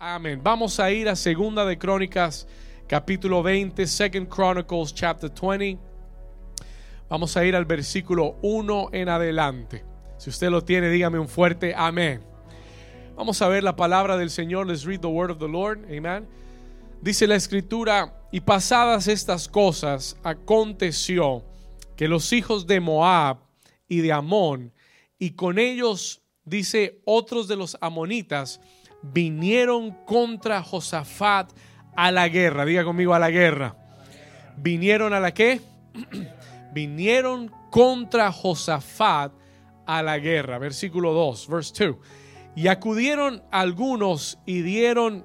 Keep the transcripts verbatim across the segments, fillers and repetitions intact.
Amén. Vamos a ir a Segunda de Crónicas, capítulo veinte, Second Chronicles, chapter veinte. Vamos a ir al versículo uno en adelante. Si usted lo tiene, dígame un fuerte amén. Vamos a ver la palabra del Señor. Let's read the word of the Lord. Amen. Dice la escritura: y pasadas estas cosas, aconteció que los hijos de Moab y de Amón, y con ellos, dice, otros de los amonitas, vinieron contra Josafat a la guerra. Diga conmigo, a la guerra. ¿Vinieron a la qué? Vinieron contra Josafat a la guerra. Versículo dos, verse dos. Y acudieron algunos y dieron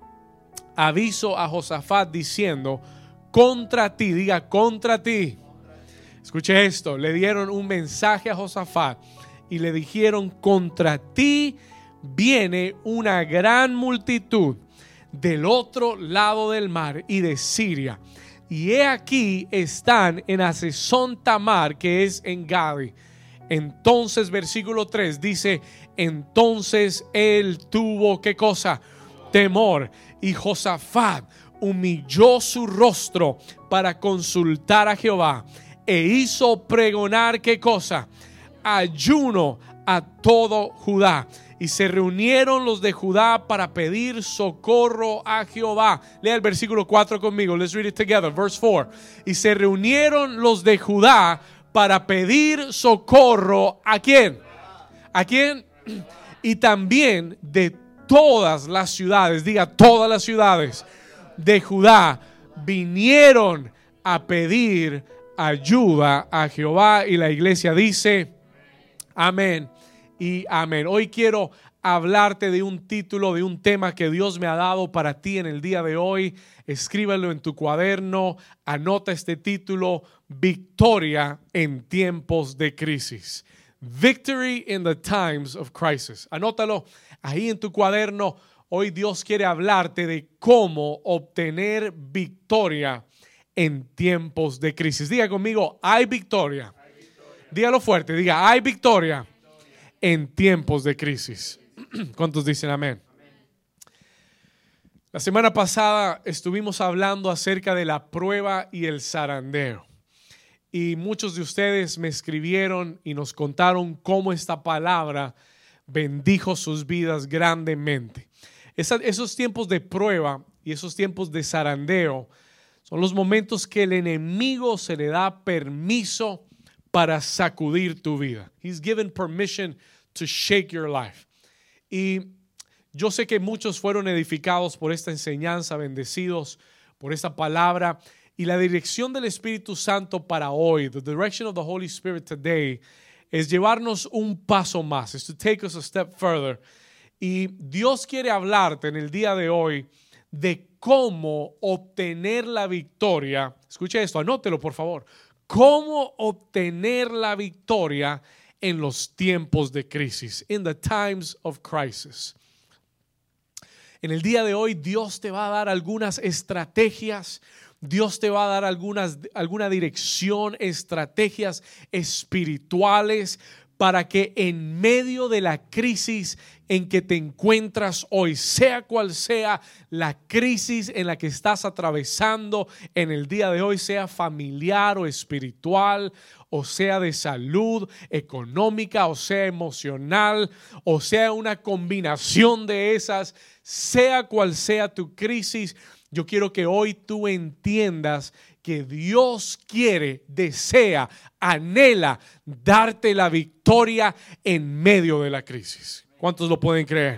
aviso a Josafat diciendo: contra ti, diga contra ti. Escuche esto, le dieron un mensaje a Josafat y le dijeron: contra ti viene una gran multitud del otro lado del mar y de Siria, y he aquí están en Hazezón Tamar, que es en Gadi. Entonces, versículo tres dice: entonces él tuvo, ¿qué cosa? Temor, y Josafat humilló su rostro para consultar a Jehová, e hizo pregonar, ¿qué cosa? Ayuno a todo Judá. Y se reunieron los de Judá para pedir socorro a Jehová. Lea el versículo cuatro conmigo. Let's read it together. Verse four. Y se reunieron los de Judá para pedir socorro ¿a quién? ¿A quién? Y también de todas las ciudades, diga todas las ciudades de Judá, vinieron a pedir ayuda a Jehová. Y la iglesia dice amén y amén. Hoy quiero hablarte de un título, de un tema que Dios me ha dado para ti en el día de hoy. Escríbelo en tu cuaderno, anota este título: Victoria en tiempos de crisis. Victory in the times of crisis. Anótalo ahí en tu cuaderno. Hoy Dios quiere hablarte de cómo obtener victoria en tiempos de crisis. Diga conmigo, hay victoria. Hay victoria. Dígalo fuerte, diga, hay victoria en tiempos de crisis. ¿Cuántos dicen amén? Amén? La semana pasada estuvimos hablando acerca de la prueba y el zarandeo. Y muchos de ustedes me escribieron y nos contaron cómo esta palabra bendijo sus vidas grandemente. Esa, esos tiempos de prueba y esos tiempos de zarandeo son los momentos que el enemigo se le da permiso para sacudir tu vida. He's given permission to shake your life. Y yo sé que muchos fueron edificados por esta enseñanza, bendecidos por esta palabra. Y la dirección del Espíritu Santo para hoy, the direction of the Holy Spirit today, es llevarnos un paso más, is to take us a step further. Y Dios quiere hablarte en el día de hoy de cómo obtener la victoria. Escuche esto, anótelo por favor. Cómo obtener la victoria en los tiempos de crisis, in the times of crisis. En el día de hoy Dios te va a dar algunas estrategias. Dios te va a dar algunas, alguna dirección, estrategias espirituales para que en medio de la crisis en que te encuentras hoy, sea cual sea la crisis en la que estás atravesando en el día de hoy, sea familiar o espiritual, o sea de salud, económica, o sea emocional, o sea una combinación de esas, sea cual sea tu crisis, yo quiero que hoy tú entiendas que Dios quiere, desea, anhela darte la victoria en medio de la crisis. ¿Cuántos lo pueden creer?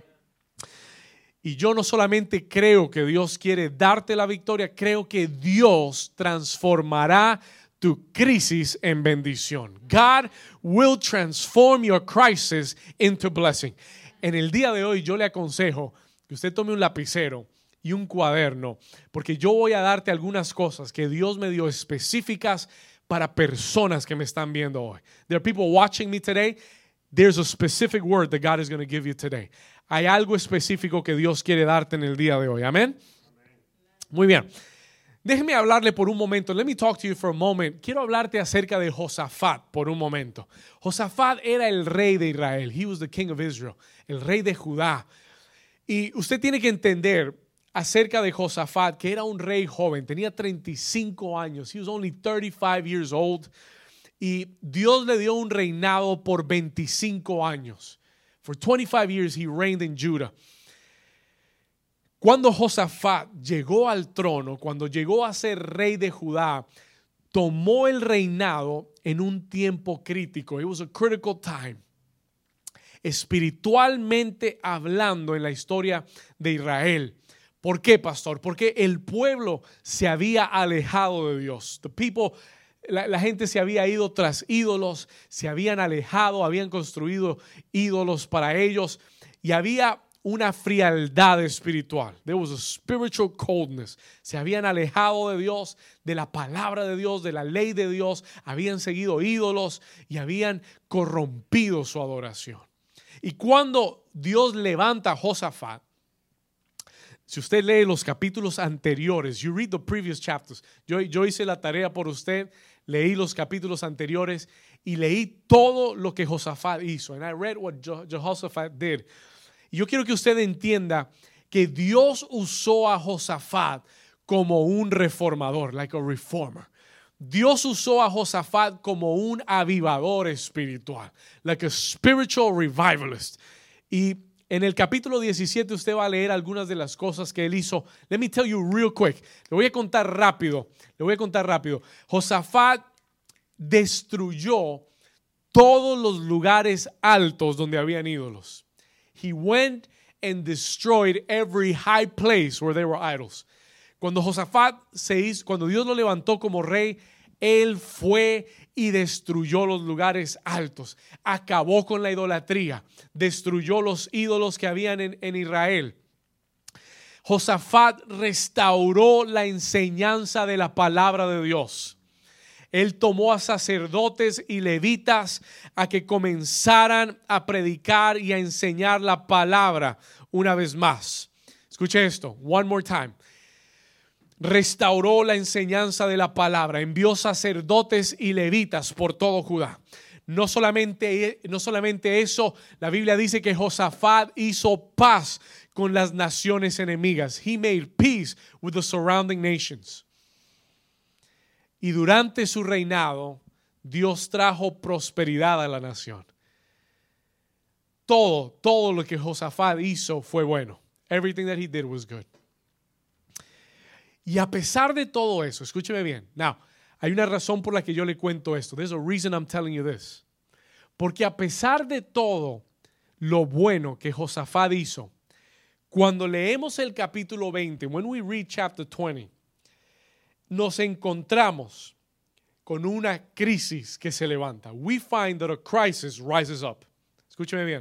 Y yo no solamente creo que Dios quiere darte la victoria, creo que Dios transformará tu crisis en bendición. God will transform your crisis into blessing. En el día de hoy yo le aconsejo que usted tome un lapicero y un cuaderno, porque yo voy a darte algunas cosas que Dios me dio específicas para personas que me están viendo hoy. There are people watching me today. There's a specific word that God is going to give you today. Hay algo específico que Dios quiere darte en el día de hoy. Amén. Muy bien. Déjeme hablarle por un momento. Let me talk to you for a moment. Quiero hablarte acerca de Josafat por un momento. Josafat era el rey de Israel. He was the king of Israel. El rey de Judá. Y usted tiene que entender acerca de Josafat, que era un rey joven, tenía treinta y cinco años. He was only thirty-five years old. Y Dios le dio un reinado por veinticinco años. For twenty-five years he reigned in Judah. Cuando Josafat llegó al trono, cuando llegó a ser rey de Judá, tomó el reinado en un tiempo crítico. It was a critical time. Espiritualmente hablando en la historia de Israel. ¿Por qué, pastor? Porque el pueblo se había alejado de Dios. The people, la, la gente se había ido tras ídolos, se habían alejado, habían construido ídolos para ellos y había una frialdad espiritual. There was a spiritual coldness. Se habían alejado de Dios, de la palabra de Dios, de la ley de Dios. Habían seguido ídolos y habían corrompido su adoración. Y cuando Dios levanta a Josafat, si usted lee los capítulos anteriores, you read the previous chapters. Yo, yo hice la tarea por usted, leí los capítulos anteriores y leí todo lo que Josafat hizo. And I read what Jehoshaphat did. Y yo quiero que usted entienda que Dios usó a Josafat como un reformador, like a reformer. Dios usó a Josafat como un avivador espiritual, like a spiritual revivalist. Y en el capítulo diecisiete usted va a leer algunas de las cosas que él hizo. Let me tell you real quick. Le voy a contar rápido. Le voy a contar rápido. Josafat destruyó todos los lugares altos donde habían ídolos. He went and destroyed every high place where there were idols. Cuando Josafat se hizo, cuando Dios lo levantó como rey, él fue y destruyó los lugares altos, acabó con la idolatría, destruyó los ídolos que habían en, en Israel. Josafat restauró la enseñanza de la palabra de Dios. Él tomó a sacerdotes y levitas a que comenzaran a predicar y a enseñar la palabra una vez más. Escuche esto, one more time. Restauró la enseñanza de la palabra, envió sacerdotes y levitas por todo Judá. No solamente, no solamente eso, la Biblia dice que Josafat hizo paz con las naciones enemigas. He made peace with the surrounding nations. Y durante su reinado, Dios trajo prosperidad a la nación. Todo, todo lo que Josafat hizo fue bueno. Everything that he did was good. Y a pesar de todo eso, escúcheme bien. Now, hay una razón por la que yo le cuento esto. There's a reason I'm telling you this. Porque a pesar de todo lo bueno que Josafat hizo, cuando leemos el capítulo veinte, when we read chapter twenty, nos encontramos con una crisis que se levanta. We find that a crisis rises up. Escúcheme bien.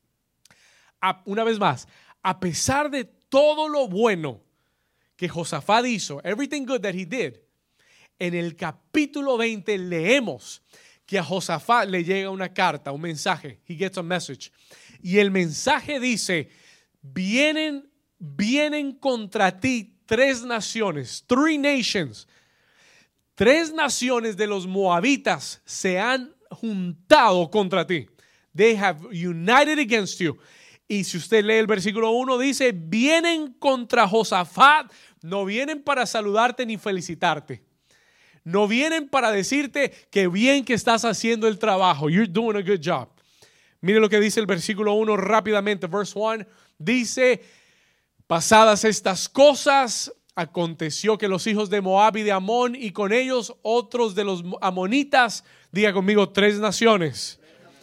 A, una vez más, a pesar de todo lo bueno que Josafat hizo, everything good that he did, en el capítulo veinte leemos que a Josafat le llega una carta, un mensaje. He gets a message. Y el mensaje dice, vienen, vienen contra ti tres naciones, three nations. Tres naciones de los moabitas se han juntado contra ti. They have united against you. Y si usted lee el versículo uno, dice, vienen contra Josafat, no vienen para saludarte ni felicitarte. No vienen para decirte que bien que estás haciendo el trabajo. You're doing a good job. Mire lo que dice el versículo uno rápidamente. Verse one dice, pasadas estas cosas, aconteció que los hijos de Moab y de Amón y con ellos otros de los amonitas, diga conmigo, tres naciones,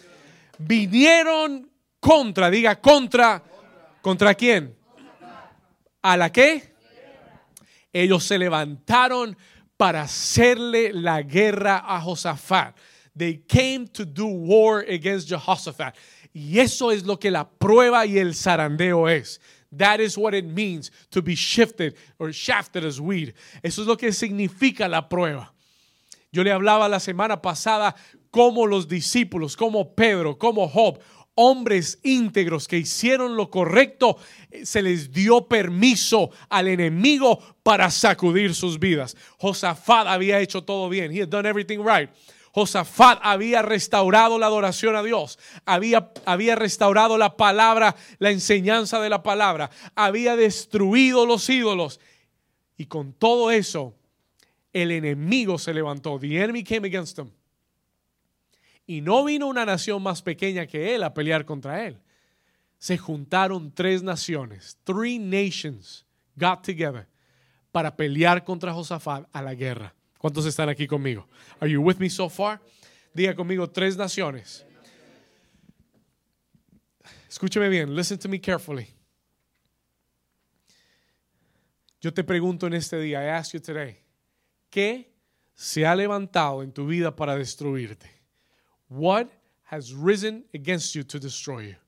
vinieron contra, diga contra, contra, ¿contra quién? ¿A la qué? Ellos se levantaron para hacerle la guerra a Josafat. They came to do war against Jehoshaphat. Y eso es lo que la prueba y el zarandeo es. That is what it means to be shifted or shafted as wheat. Eso es lo que significa la prueba. Yo le hablaba la semana pasada cómo los discípulos, como Pedro, como Job, hombres íntegros que hicieron lo correcto, se les dio permiso al enemigo para sacudir sus vidas. Josafat había hecho todo bien. He had done everything right. Josafat había restaurado la adoración a Dios, había, había restaurado la palabra, la enseñanza de la palabra, había destruido los ídolos. Y con todo eso, el enemigo se levantó. The enemy came against him. Y no vino una nación más pequeña que él a pelear contra él. Se juntaron tres naciones, three nations got together para pelear contra Josafat a la guerra. ¿Cuántos están aquí conmigo? Are you with me so far? Diga conmigo, tres naciones. Escúcheme bien, listen to me carefully. Yo te pregunto en este día, I ask you today, ¿qué se ha levantado en tu vida para destruirte? What has risen against you to destroy you?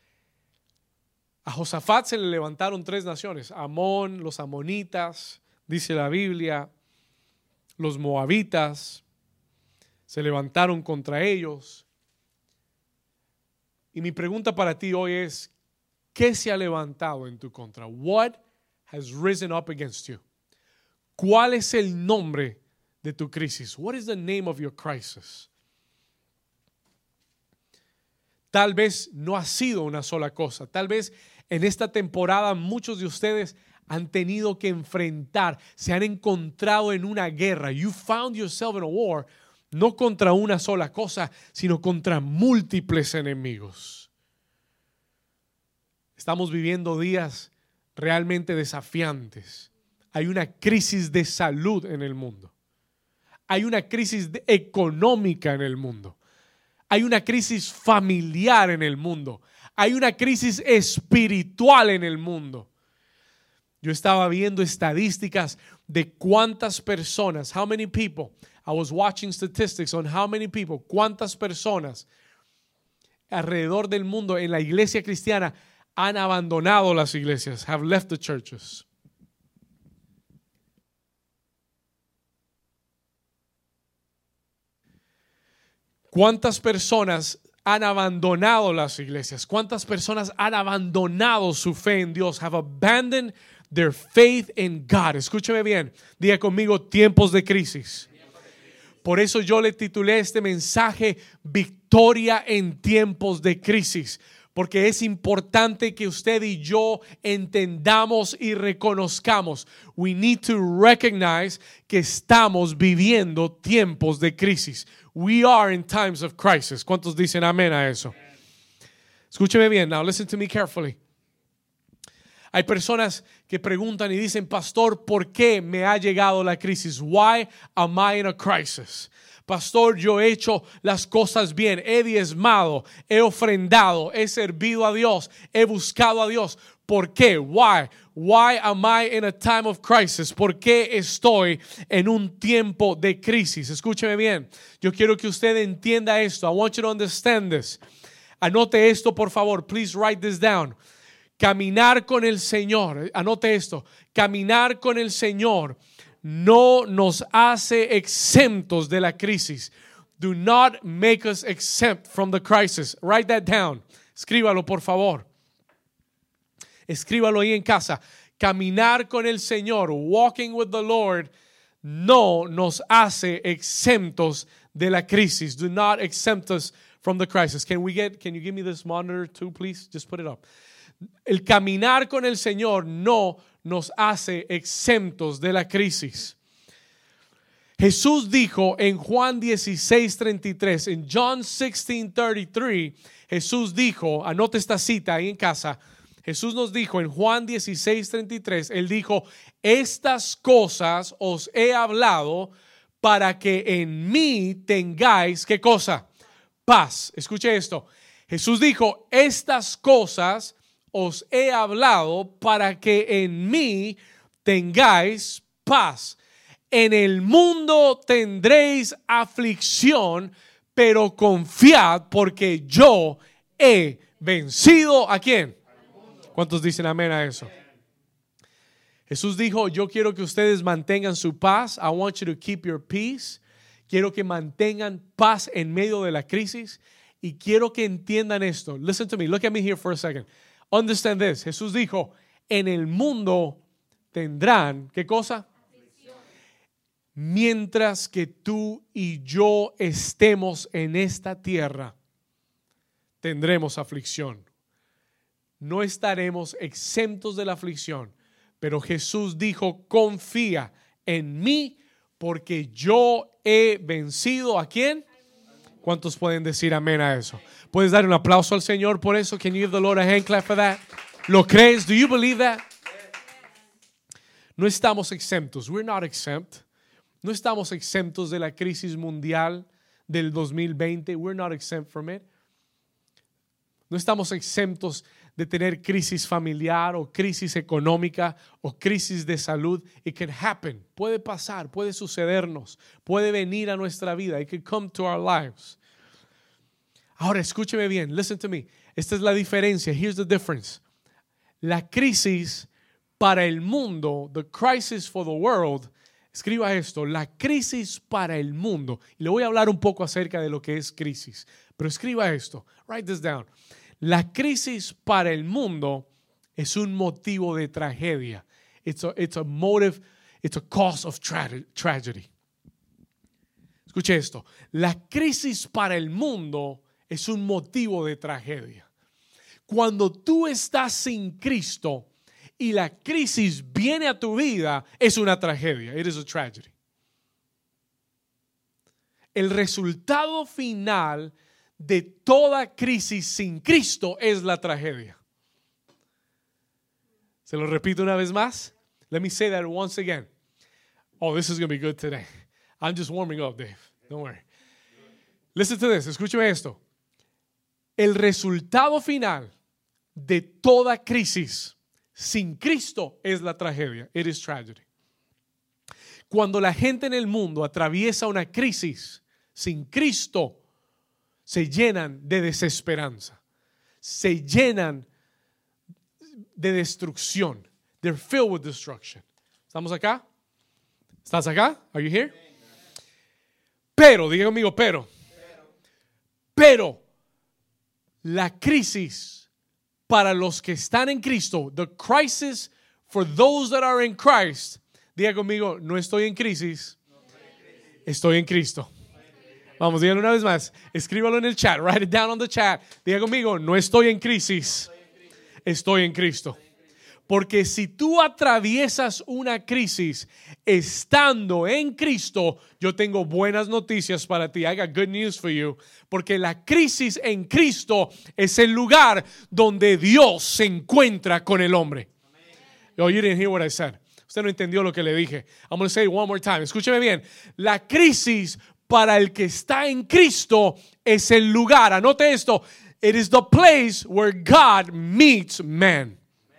A Josafat se le levantaron tres naciones, Amón, los amonitas, dice la Biblia, los moabitas, se levantaron contra ellos. Y mi pregunta para ti hoy es, ¿qué se ha levantado en tu contra? What has risen up against you? ¿Cuál es el nombre de tu crisis? What is the name of your crisis? Tal vez no ha sido una sola cosa. Tal vez en esta temporada muchos de ustedes han tenido que enfrentar, se han encontrado en una guerra. You found yourself in a war, no contra una sola cosa, sino contra múltiples enemigos. Estamos viviendo días realmente desafiantes. Hay una crisis de salud en el mundo. Hay una crisis de- económica en el mundo. Hay una crisis familiar en el mundo. Hay una crisis espiritual en el mundo. Yo estaba viendo estadísticas de cuántas personas, how many people, I was watching statistics on how many people, cuántas personas alrededor del mundo en la iglesia cristiana han abandonado las iglesias, have left the churches. ¿Cuántas personas han abandonado las iglesias? ¿Cuántas personas han abandonado su fe en Dios? Have abandoned their faith in God. Escúcheme bien, diga conmigo, tiempos de crisis. Por eso yo le titulé este mensaje Victoria en tiempos de crisis. Porque es importante que usted y yo entendamos y reconozcamos. We need to recognize que estamos viviendo tiempos de crisis. We are in times of crisis. ¿Cuántos dicen amén a eso? Escúcheme bien. Now listen to me carefully. Hay personas que preguntan y dicen, pastor, ¿por qué me ha llegado la crisis? Why am I in a crisis? Pastor, yo he hecho las cosas bien, he diezmado, he ofrendado, he servido a Dios, he buscado a Dios. ¿Por qué? Why? Why am I in a time of crisis? ¿Por qué estoy en un tiempo de crisis? Escúcheme bien. Yo quiero que usted entienda esto. I want you to understand this. Anote esto, por favor. Please write this down. Caminar con el Señor. Anote esto. Caminar con el Señor no nos hace exentos de la crisis. Do not make us exempt from the crisis. Write that down. Escríbalo, por favor. Escríbalo ahí en casa. Caminar con el Señor, walking with the Lord, no nos hace exentos de la crisis. Do not exempt us from the crisis. Can we get, can you give me this monitor too, please? Just put it up. El caminar con el Señor no nos hace exentos de la crisis. Jesús dijo en Juan dieciséis treinta y tres, en John sixteen thirty-three, Jesús dijo, anote esta cita ahí en casa, Jesús nos dijo en Juan dieciséis treinta y tres, Él dijo, estas cosas os he hablado para que en mí tengáis, ¿qué cosa? Paz. Escuche esto. Jesús dijo, estas cosas os he hablado para que en mí tengáis paz. En el mundo tendréis aflicción, pero confiad porque yo he vencido ¿a quién? ¿Cuántos dicen amén a eso? Jesús dijo, yo quiero que ustedes mantengan su paz. I want you to keep your peace. Quiero que mantengan paz en medio de la crisis. Y quiero que entiendan esto. Listen to me. Look at me here for a second. Understand this. Jesús dijo, en el mundo tendrán, ¿qué cosa? Aflicción. mientras que tú y yo estemos en esta tierra, tendremos aflicción. No estaremos exentos de la aflicción, pero Jesús dijo, confía en mí porque yo he vencido. ¿A quién? ¿Cuántos pueden decir amén a eso? ¿Puedes dar un aplauso al Señor por eso? Can you give the Lord a hand clap for that? ¿Lo crees? Do you believe that? No estamos exentos. We're not exempt. No estamos exentos de la crisis mundial del dos mil veinte. We're not exempt from it. No estamos exentos de tener crisis familiar o crisis económica o crisis de salud. It can happen. Puede pasar, puede sucedernos, puede venir a nuestra vida. It can come to our lives. Ahora, escúcheme bien. Listen to me. Esta es la diferencia. Here's the difference. La crisis para el mundo, the crisis for the world, escriba esto, la crisis para el mundo. Y le voy a hablar un poco acerca de lo que es crisis. Pero escriba esto. Write this down. La crisis para el mundo es un motivo de tragedia. It's a, it's a motive, it's a cause of tra- tragedy. Escuche esto. La crisis para el mundo es un motivo de tragedia. Cuando tú estás sin Cristo y la crisis viene a tu vida, es una tragedia. It is a tragedy. El resultado final de toda crisis sin Cristo es la tragedia. Se lo repito una vez más. Let me say that once again. Oh, this is going to be good today. I'm just warming up, Dave. Don't worry. Listen to this. Escúcheme esto. El resultado final de toda crisis sin Cristo es la tragedia. It is tragedy. Cuando la gente en el mundo atraviesa una crisis sin Cristo, se llenan de desesperanza, se llenan de destrucción. They're filled with destruction. ¿Estamos acá? ¿Estás acá? Are you here? Pero, diga conmigo, pero. Pero, la crisis para los que están en Cristo, the crisis for those that are in Christ, diga conmigo, no estoy en crisis, estoy en Cristo. Vamos, díganlo una vez más. Escríbalo en el chat. Write it down on the chat. Diga conmigo, no estoy en crisis. Estoy en Cristo. Porque si tú atraviesas una crisis estando en Cristo, yo tengo buenas noticias para ti. I got good news for you. Porque la crisis en Cristo es el lugar donde Dios se encuentra con el hombre. Oh, you didn't hear what I said. Usted no entendió lo que le dije. I'm going to say it one more time. Escúcheme bien. La crisis para el que está en Cristo es el lugar. Anote esto. It is the place where God meets man.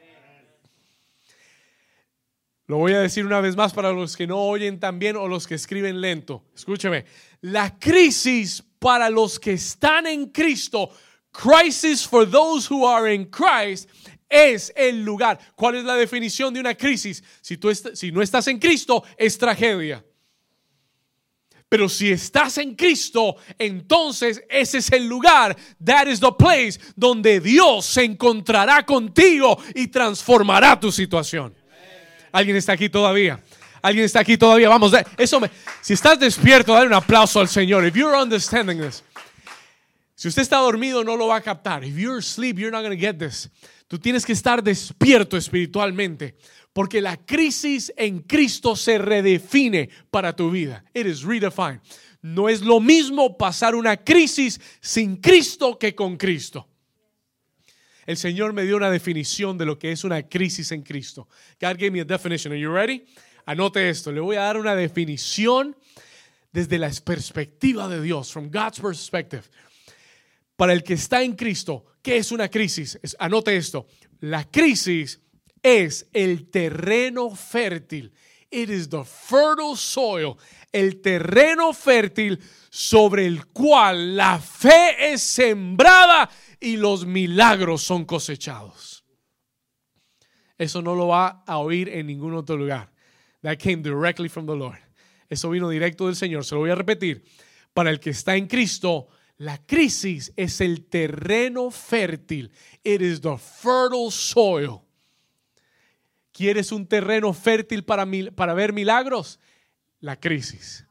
Lo voy a decir una vez más para los que no oyen tan bien o los que escriben lento. Escúcheme. La crisis para los que están en Cristo, crisis for those who are in Christ, es el lugar. ¿Cuál es la definición de una crisis? Si, tú est- si no estás en Cristo, es tragedia. Pero si estás en Cristo, entonces ese es el lugar. That is the place donde Dios se encontrará contigo y transformará tu situación. ¿Alguien está aquí todavía? ¿Alguien está aquí todavía? Vamos, eso me, si estás despierto, dale un aplauso al Señor. If you're understanding this. Si usted está dormido, no lo va a captar. If you're asleep, you're not going to get this. Tú tienes que estar despierto espiritualmente. Porque la crisis en Cristo se redefine para tu vida. It is redefined. No es lo mismo pasar una crisis sin Cristo que con Cristo. El Señor me dio una definición de lo que es una crisis en Cristo. God gave me a definition. Are you ready? Anote esto. Le voy a dar una definición desde la perspectiva de Dios. From God's perspective. Para el que está en Cristo, ¿qué es una crisis? Anote esto. La crisis es el terreno fértil. It is the fertile soil. El terreno fértil sobre el cual la fe es sembrada y los milagros son cosechados. Eso no lo va a oír en ningún otro lugar. That came directly from the Lord. Eso vino directo del Señor. Se lo voy a repetir. Para el que está en Cristo, la crisis es el terreno fértil. It is the fertile soil. ¿Quieres un terreno fértil para, para ver milagros? La crisis.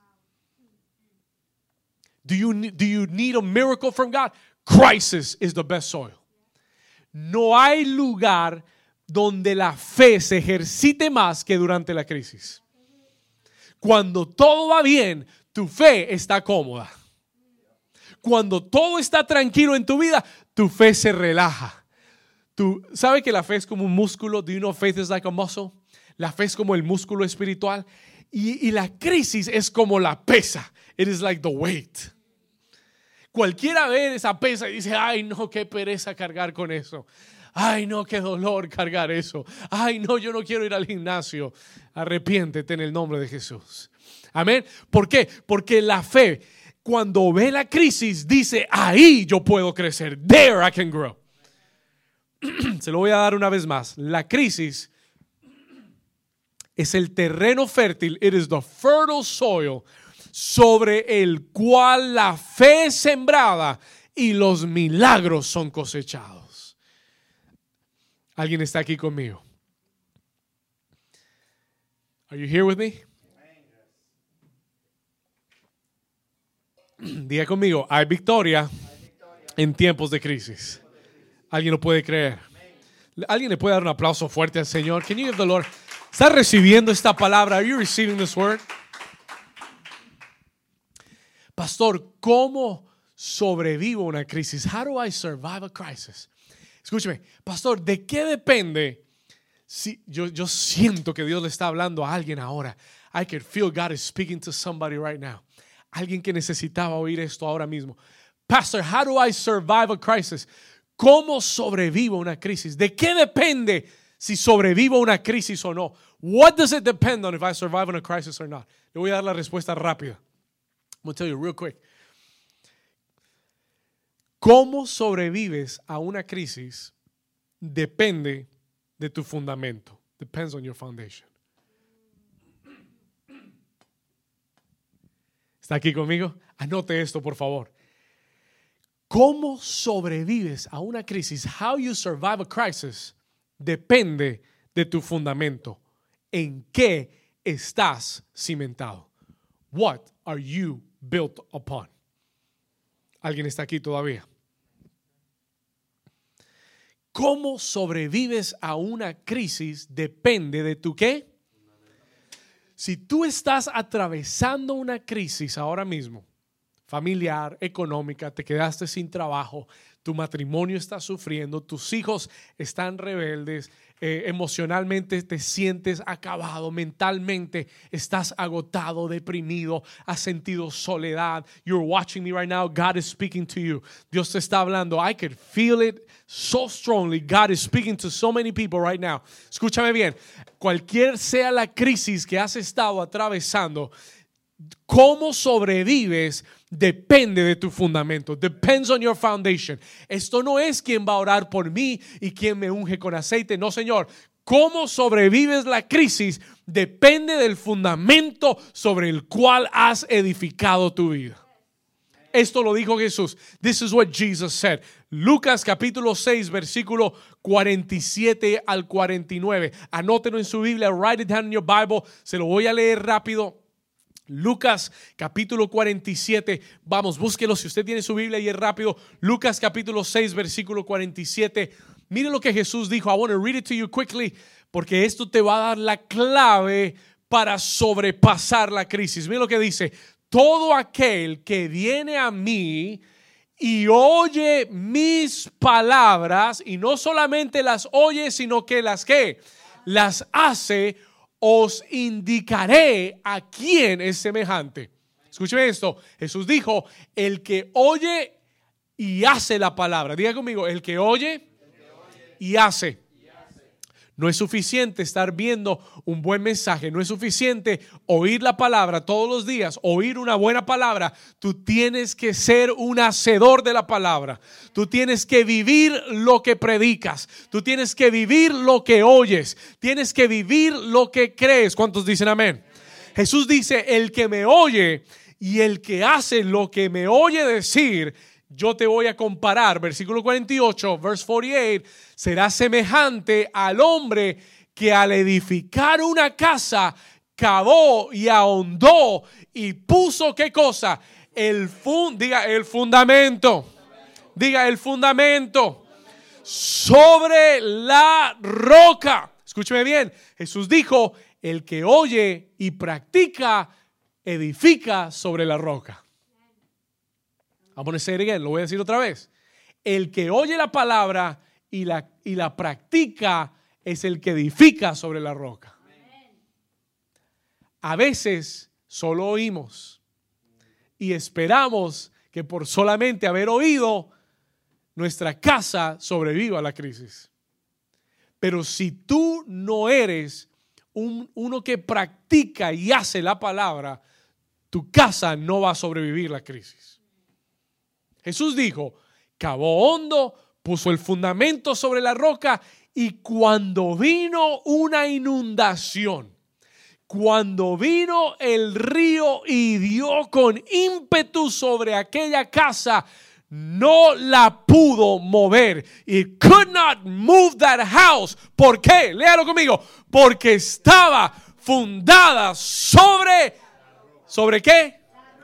Do you, do you need a miracle from God? Crisis is the best soil. No hay lugar donde la fe se ejercite más que durante la crisis. Cuando todo va bien, tu fe está cómoda. Cuando todo está tranquilo en tu vida, tu fe se relaja. Tú sabes que la fe es como un músculo. Do you know faith is like a muscle? La fe es como el músculo espiritual. Y, y la crisis es como la pesa. It is like the weight. Cualquiera ve esa pesa y dice, ay no, qué pereza cargar con eso. Ay no, qué dolor cargar eso. Ay no, yo no quiero ir al gimnasio. Arrepiéntete en el nombre de Jesús. Amén. ¿Por qué? Porque la fe, cuando ve la crisis, dice, ahí yo puedo crecer. There I can grow. Se lo voy a dar una vez más. La crisis es el terreno fértil. It is the fertile soil sobre el cual la fe es sembrada y los milagros son cosechados. ¿Alguien está aquí conmigo? Are you here with me? Diga conmigo, hay victoria en tiempos de crisis. ¿Alguien lo puede creer? ¿Alguien le puede dar un aplauso fuerte al Señor? Can you give the Lord? ¿Está recibiendo esta palabra? Are you receiving this word? Pastor, ¿cómo sobrevivo una crisis? How do I survive a crisis? Escúcheme, pastor, ¿de qué depende? Si, yo, yo siento que Dios le está hablando a alguien ahora. I can feel God is speaking to somebody right now. Alguien que necesitaba oír esto ahora mismo. Pastor, how do I survive a crisis? ¿Cómo sobrevivo una crisis? ¿De qué depende si sobrevivo una crisis o no? What does it depend on if I survive on a crisis or not? Le voy a dar la respuesta rápida. I'm going to tell you real quick. ¿Cómo sobrevives a una crisis? Depende de tu fundamento. Depends on your foundation. ¿Está aquí conmigo? Anote esto, por favor. ¿Cómo sobrevives a una crisis? How you survive a crisis depende de tu fundamento. ¿En qué estás cimentado? What are you built upon? ¿Alguien está aquí todavía? ¿Cómo sobrevives a una crisis? Depende de tu ¿qué? Si tú estás atravesando una crisis ahora mismo, familiar, económica, te quedaste sin trabajo, tu matrimonio está sufriendo, tus hijos están rebeldes, eh, emocionalmente te sientes acabado, mentalmente estás agotado, deprimido, has sentido soledad. You're watching me right now. God is speaking to you. Dios te está hablando. I could feel it so strongly. God is speaking to so many people right now. Escúchame bien. Cualquier sea la crisis que has estado atravesando, cómo sobrevives depende de tu fundamento. Depends on your foundation. Esto no es quién va a orar por mí y quién me unge con aceite. No, Señor. Cómo sobrevives la crisis depende del fundamento sobre el cual has edificado tu vida. Esto lo dijo Jesús. This is what Jesus said. Lucas capítulo seis, versículo cuarenta y siete al cuarenta y nueve. Anótenlo en su Biblia. Write it down in your Bible. Se lo voy a leer rápido. Lucas capítulo cuarenta y siete. Vamos, búsquelo si usted tiene su Biblia y es rápido. Lucas capítulo seis, versículo cuarenta y siete. Mire lo que Jesús dijo. I want to read it to you quickly, porque esto te va a dar la clave para sobrepasar la crisis. Mire lo que dice. Todo aquel que viene a mí y oye mis palabras, y no solamente las oye, sino que las que las hace, os indicaré a quién es semejante. Escúcheme esto. Jesús dijo, el que oye y hace la palabra. Diga conmigo, el que oye, el que oye y hace. No es suficiente estar viendo un buen mensaje. No es suficiente oír la palabra todos los días, oír una buena palabra. Tú tienes que ser un hacedor de la palabra. Tú tienes que vivir lo que predicas. Tú tienes que vivir lo que oyes. Tienes que vivir lo que crees. ¿Cuántos dicen amén? Jesús dice, el que me oye y el que hace lo que me oye decir, yo te voy a comparar, versículo cuarenta y ocho, verse cuarenta y ocho, será semejante al hombre que al edificar una casa cavó y ahondó y puso ¿qué cosa? El fun, diga el fundamento. Diga el fundamento sobre la roca. Escúcheme bien. Jesús dijo, el que oye y practica, edifica sobre la roca. Vamos a decir again, lo voy a decir otra vez. El que oye la palabra y la, y la practica es el que edifica sobre la roca. A veces solo oímos y esperamos que por solamente haber oído nuestra casa sobreviva a la crisis. Pero si tú no eres un, uno que practica y hace la palabra, tu casa no va a sobrevivir la crisis. Jesús dijo, cavó hondo, puso el fundamento sobre la roca y cuando vino una inundación, cuando vino el río y dio con ímpetu sobre aquella casa, no la pudo mover. It could not move that house. ¿Por qué? Léalo conmigo. Porque estaba fundada sobre, ¿sobre qué?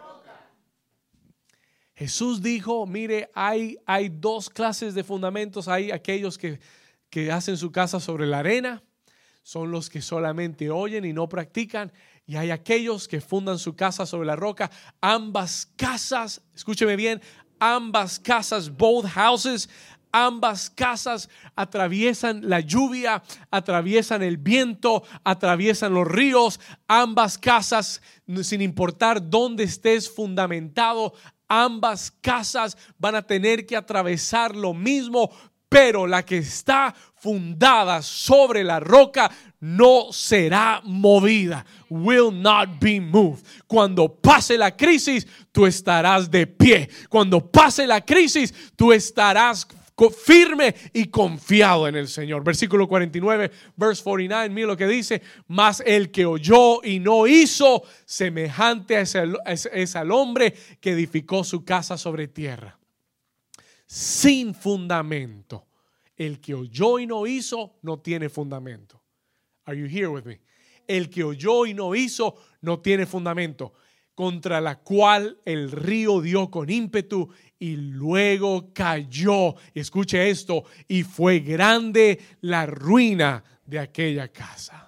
Jesús dijo, mire, hay, hay dos clases de fundamentos. Hay aquellos que, que hacen su casa sobre la arena. Son los que solamente oyen y no practican. Y hay aquellos que fundan su casa sobre la roca. Ambas casas, escúcheme bien, ambas casas, both houses, ambas casas atraviesan la lluvia, atraviesan el viento, atraviesan los ríos. Ambas casas, sin importar dónde estés fundamentado, ambas casas van a tener que atravesar lo mismo. Pero la que está fundada sobre la roca no será movida. Will not be moved. Cuando pase la crisis, tú estarás de pie. Cuando pase la crisis, tú estarás firme y confiado en el Señor. Versículo cuarenta y nueve, verse cuarenta y nueve, mira lo que dice. Mas el que oyó y no hizo, semejante es, el, es, es al hombre que edificó su casa sobre tierra, sin fundamento. El que oyó y no hizo no tiene fundamento. Are you here with me? El que oyó y no hizo no tiene fundamento, contra la cual el río dio con ímpetu y luego cayó. Escuche esto, y fue grande la ruina de aquella casa.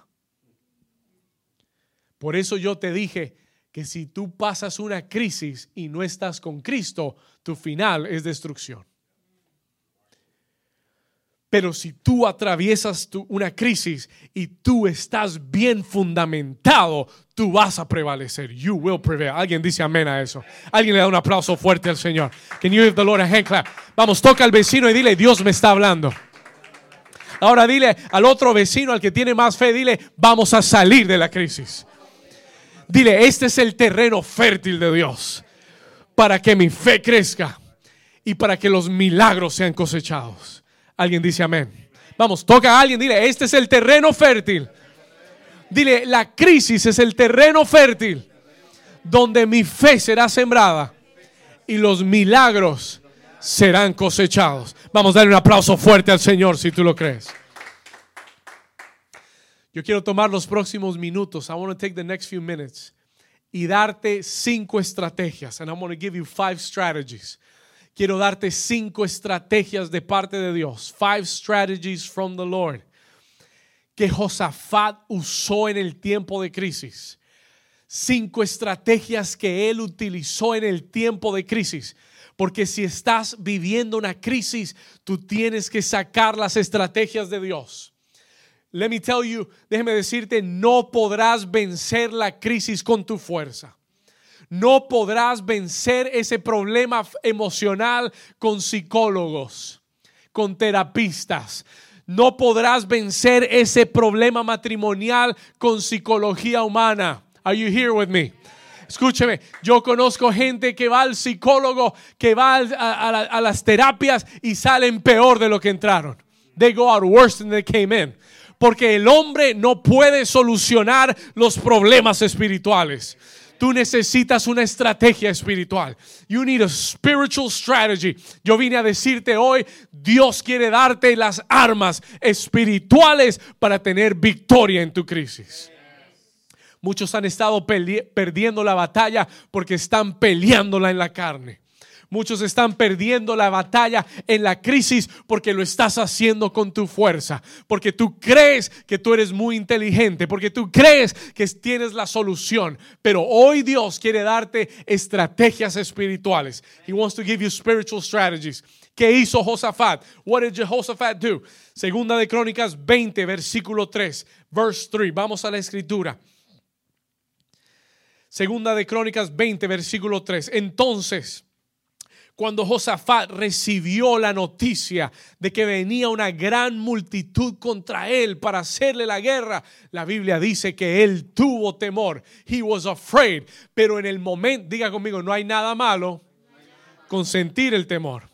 Por eso yo te dije que si tú pasas una crisis y no estás con Cristo, tu final es destrucción. Pero si tú atraviesas tu, una crisis y tú estás bien fundamentado, tú vas a prevalecer. You will prevail. Alguien dice amén a eso. Alguien le da un aplauso fuerte al Señor. Can you give the Lord a hand clap? Vamos, toca al vecino y dile, Dios me está hablando. Ahora dile al otro vecino, al que tiene más fe, dile, vamos a salir de la crisis. Dile, este es el terreno fértil de Dios para que mi fe crezca y para que los milagros sean cosechados. Alguien dice amén. Vamos, toca a alguien, dile, este es el terreno fértil. Dile, la crisis es el terreno fértil donde mi fe será sembrada y los milagros serán cosechados. Vamos a darle un aplauso fuerte al Señor si tú lo crees. Yo quiero tomar los próximos minutos. I want to take the next few minutes y darte cinco estrategias. And I'm going to give you five strategies. Quiero darte cinco estrategias de parte de Dios. Five strategies from the Lord. Que Josafat usó en el tiempo de crisis. Cinco estrategias que él utilizó en el tiempo de crisis. Porque si estás viviendo una crisis, tú tienes que sacar las estrategias de Dios. Let me tell you, déjeme decirte, no podrás vencer la crisis con tu fuerza. No podrás vencer ese problema emocional con psicólogos, con terapistas. No podrás vencer ese problema matrimonial con psicología humana. Are you here with me? Escúcheme, yo conozco gente que va al psicólogo, que va a, a, a, a las terapias y salen peor de lo que entraron. They go out worse than they came in. Porque el hombre no puede solucionar los problemas espirituales. Tú necesitas una estrategia espiritual. You need a spiritual strategy. Yo vine a decirte hoy, Dios quiere darte las armas espirituales para tener victoria en tu crisis. Muchos han estado perdiendo la batalla porque están peleándola en la carne. Muchos están perdiendo la batalla en la crisis porque lo estás haciendo con tu fuerza, porque tú crees que tú eres muy inteligente, porque tú crees que tienes la solución. Pero hoy Dios quiere darte estrategias espirituales. He wants to give you spiritual strategies. ¿Qué hizo Josafat? What did Jehoshaphat do? Segunda de Crónicas veinte, versículo tres, verse tres. Vamos a la escritura. Segunda de Crónicas veinte, versículo tres. Entonces, cuando Josafat recibió la noticia de que venía una gran multitud contra él para hacerle la guerra, la Biblia dice que él tuvo temor. He was afraid. Pero en el momento, diga conmigo, no hay nada malo con sentir el temor.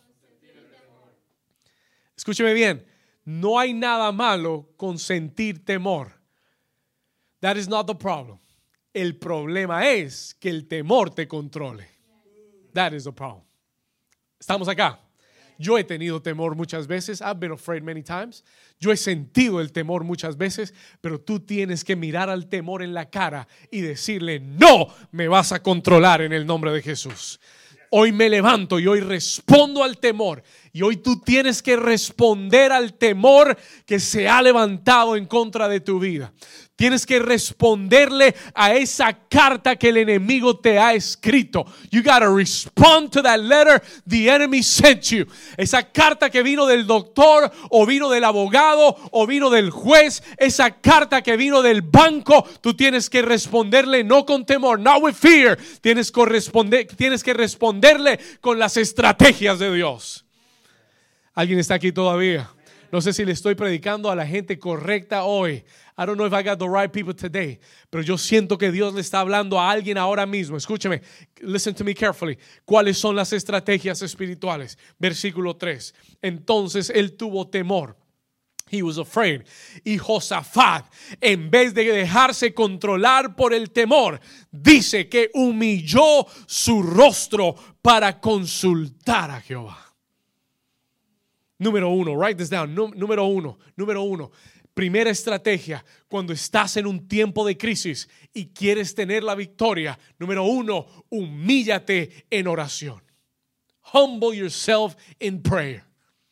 Escúcheme bien, no hay nada malo con sentir temor. That is not the problem. El problema es que el temor te controle. That is the problem. Estamos acá. Yo he tenido temor muchas veces. I've been afraid many times. Yo he sentido el temor muchas veces, pero tú tienes que mirar al temor en la cara y decirle, no me vas a controlar en el nombre de Jesús. Hoy me levanto y hoy respondo al temor. Y hoy tú tienes que responder al temor que se ha levantado en contra de tu vida. Tienes que responderle a esa carta que el enemigo te ha escrito. You gotta respond to that letter the enemy sent you. Esa carta que vino del doctor o vino del abogado o vino del juez. Esa carta que vino del banco. Tú tienes que responderle no con temor, not with fear. Tienes que responder, tienes que responderle con las estrategias de Dios. ¿Alguien está aquí todavía? No sé si le estoy predicando a la gente correcta hoy. I don't know if I got the right people today. Pero yo siento que Dios le está hablando a alguien ahora mismo. Escúcheme, listen to me carefully. ¿Cuáles son las estrategias espirituales? Versículo tres. Entonces él tuvo temor. He was afraid. Y Josafat, en vez de dejarse controlar por el temor, dice que humilló su rostro para consultar a Jehová. Número uno, write this down. Número uno, número uno. Primera estrategia cuando estás en un tiempo de crisis y quieres tener la victoria. Número uno, humíllate en oración. Humble yourself in prayer.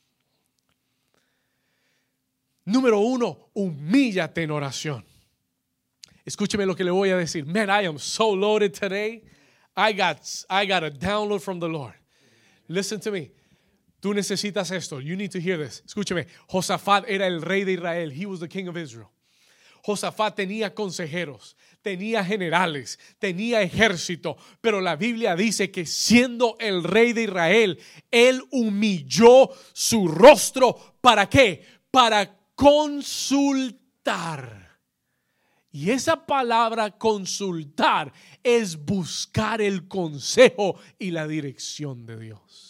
Número uno, humíllate en oración. Escúcheme lo que le voy a decir. Man, I am so loaded today. I got, I got a download from the Lord. Listen to me. Tú necesitas esto. You need to hear this. Escúcheme. Josafat era el rey de Israel. He was the king of Israel. Josafat tenía consejeros, tenía generales, tenía ejército, pero la Biblia dice que siendo el rey de Israel, él humilló su rostro. ¿Para qué? Para consultar. Y esa palabra consultar es buscar el consejo y la dirección de Dios.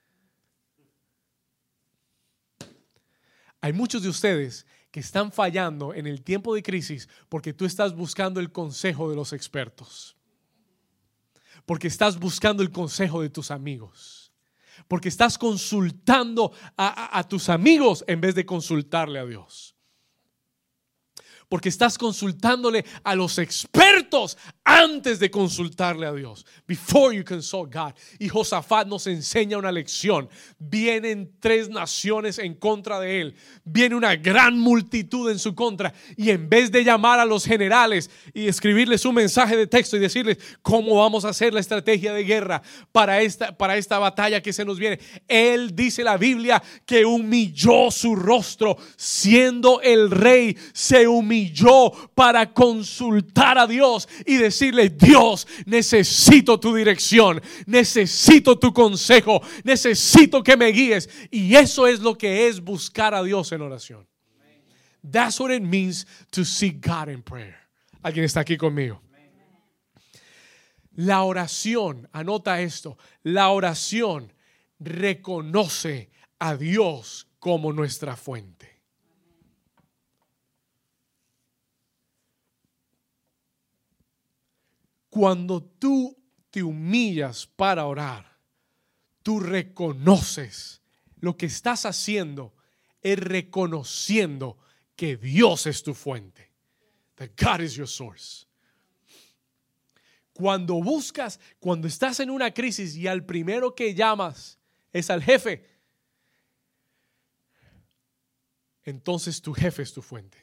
Hay muchos de ustedes que están fallando en el tiempo de crisis porque tú estás buscando el consejo de los expertos, porque estás buscando el consejo de tus amigos, porque estás consultando a, a, a tus amigos en vez de consultarle a Dios, porque estás consultándole a los expertos antes de consultarle a Dios. Before you consult God. Y Josafat nos enseña una lección. Vienen tres naciones en contra de él. Viene una gran multitud en su contra. Y en vez de llamar a los generales y escribirles un mensaje de texto y decirles cómo vamos a hacer la estrategia de guerra para esta, para esta batalla que se nos viene, él, dice la Biblia, que humilló su rostro. Siendo el rey, se humilló para consultar a Dios y decirle: Dios, necesito tu dirección, necesito tu consejo, necesito que me guíes. Y eso es lo que es buscar a Dios en oración. That's what it means to seek God in prayer. ¿Alguien está aquí conmigo? La oración, anota esto, la oración reconoce a Dios como nuestra fuente. Cuando tú te humillas para orar, tú reconoces lo que estás haciendo, es reconociendo que Dios es tu fuente. That God is your source. Cuando buscas, cuando estás en una crisis y al primero que llamas es al jefe, entonces tu jefe es tu fuente.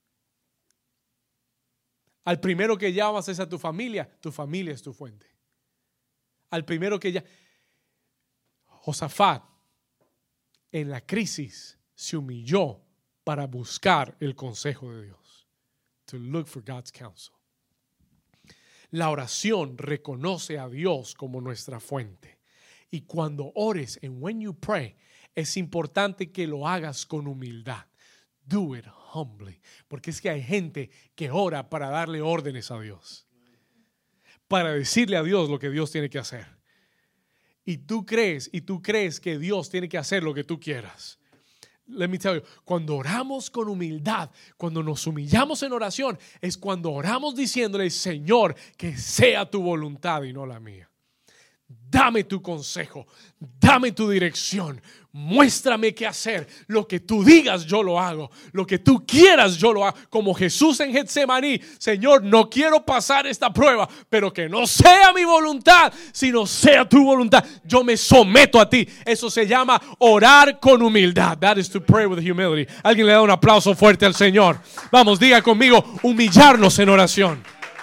Al primero que llamas es a tu familia, tu familia es tu fuente. Al primero que llamas, Josafat en la crisis se humilló para buscar el consejo de Dios. To look for God's counsel. La oración reconoce a Dios como nuestra fuente. Y cuando ores, and when you pray, es importante que lo hagas con humildad. Do it humbly. Porque es que hay gente que ora para darle órdenes a Dios. Para decirle a Dios lo que Dios tiene que hacer. Y tú crees, y tú crees que Dios tiene que hacer lo que tú quieras. Let me tell you, cuando oramos con humildad, cuando nos humillamos en oración, es cuando oramos diciéndole, Señor, que sea tu voluntad y no la mía. Dame tu consejo, dame tu dirección, muéstrame qué hacer. Lo que tú digas yo lo hago, lo que tú quieras yo lo hago. Como Jesús en Getsemaní, Señor, no quiero pasar esta prueba, pero que no sea mi voluntad, sino sea tu voluntad. Yo me someto a ti. Eso se llama orar con humildad. That is to pray with humility. Alguien le da un aplauso fuerte al Señor. Vamos, diga conmigo, humillarnos en oración.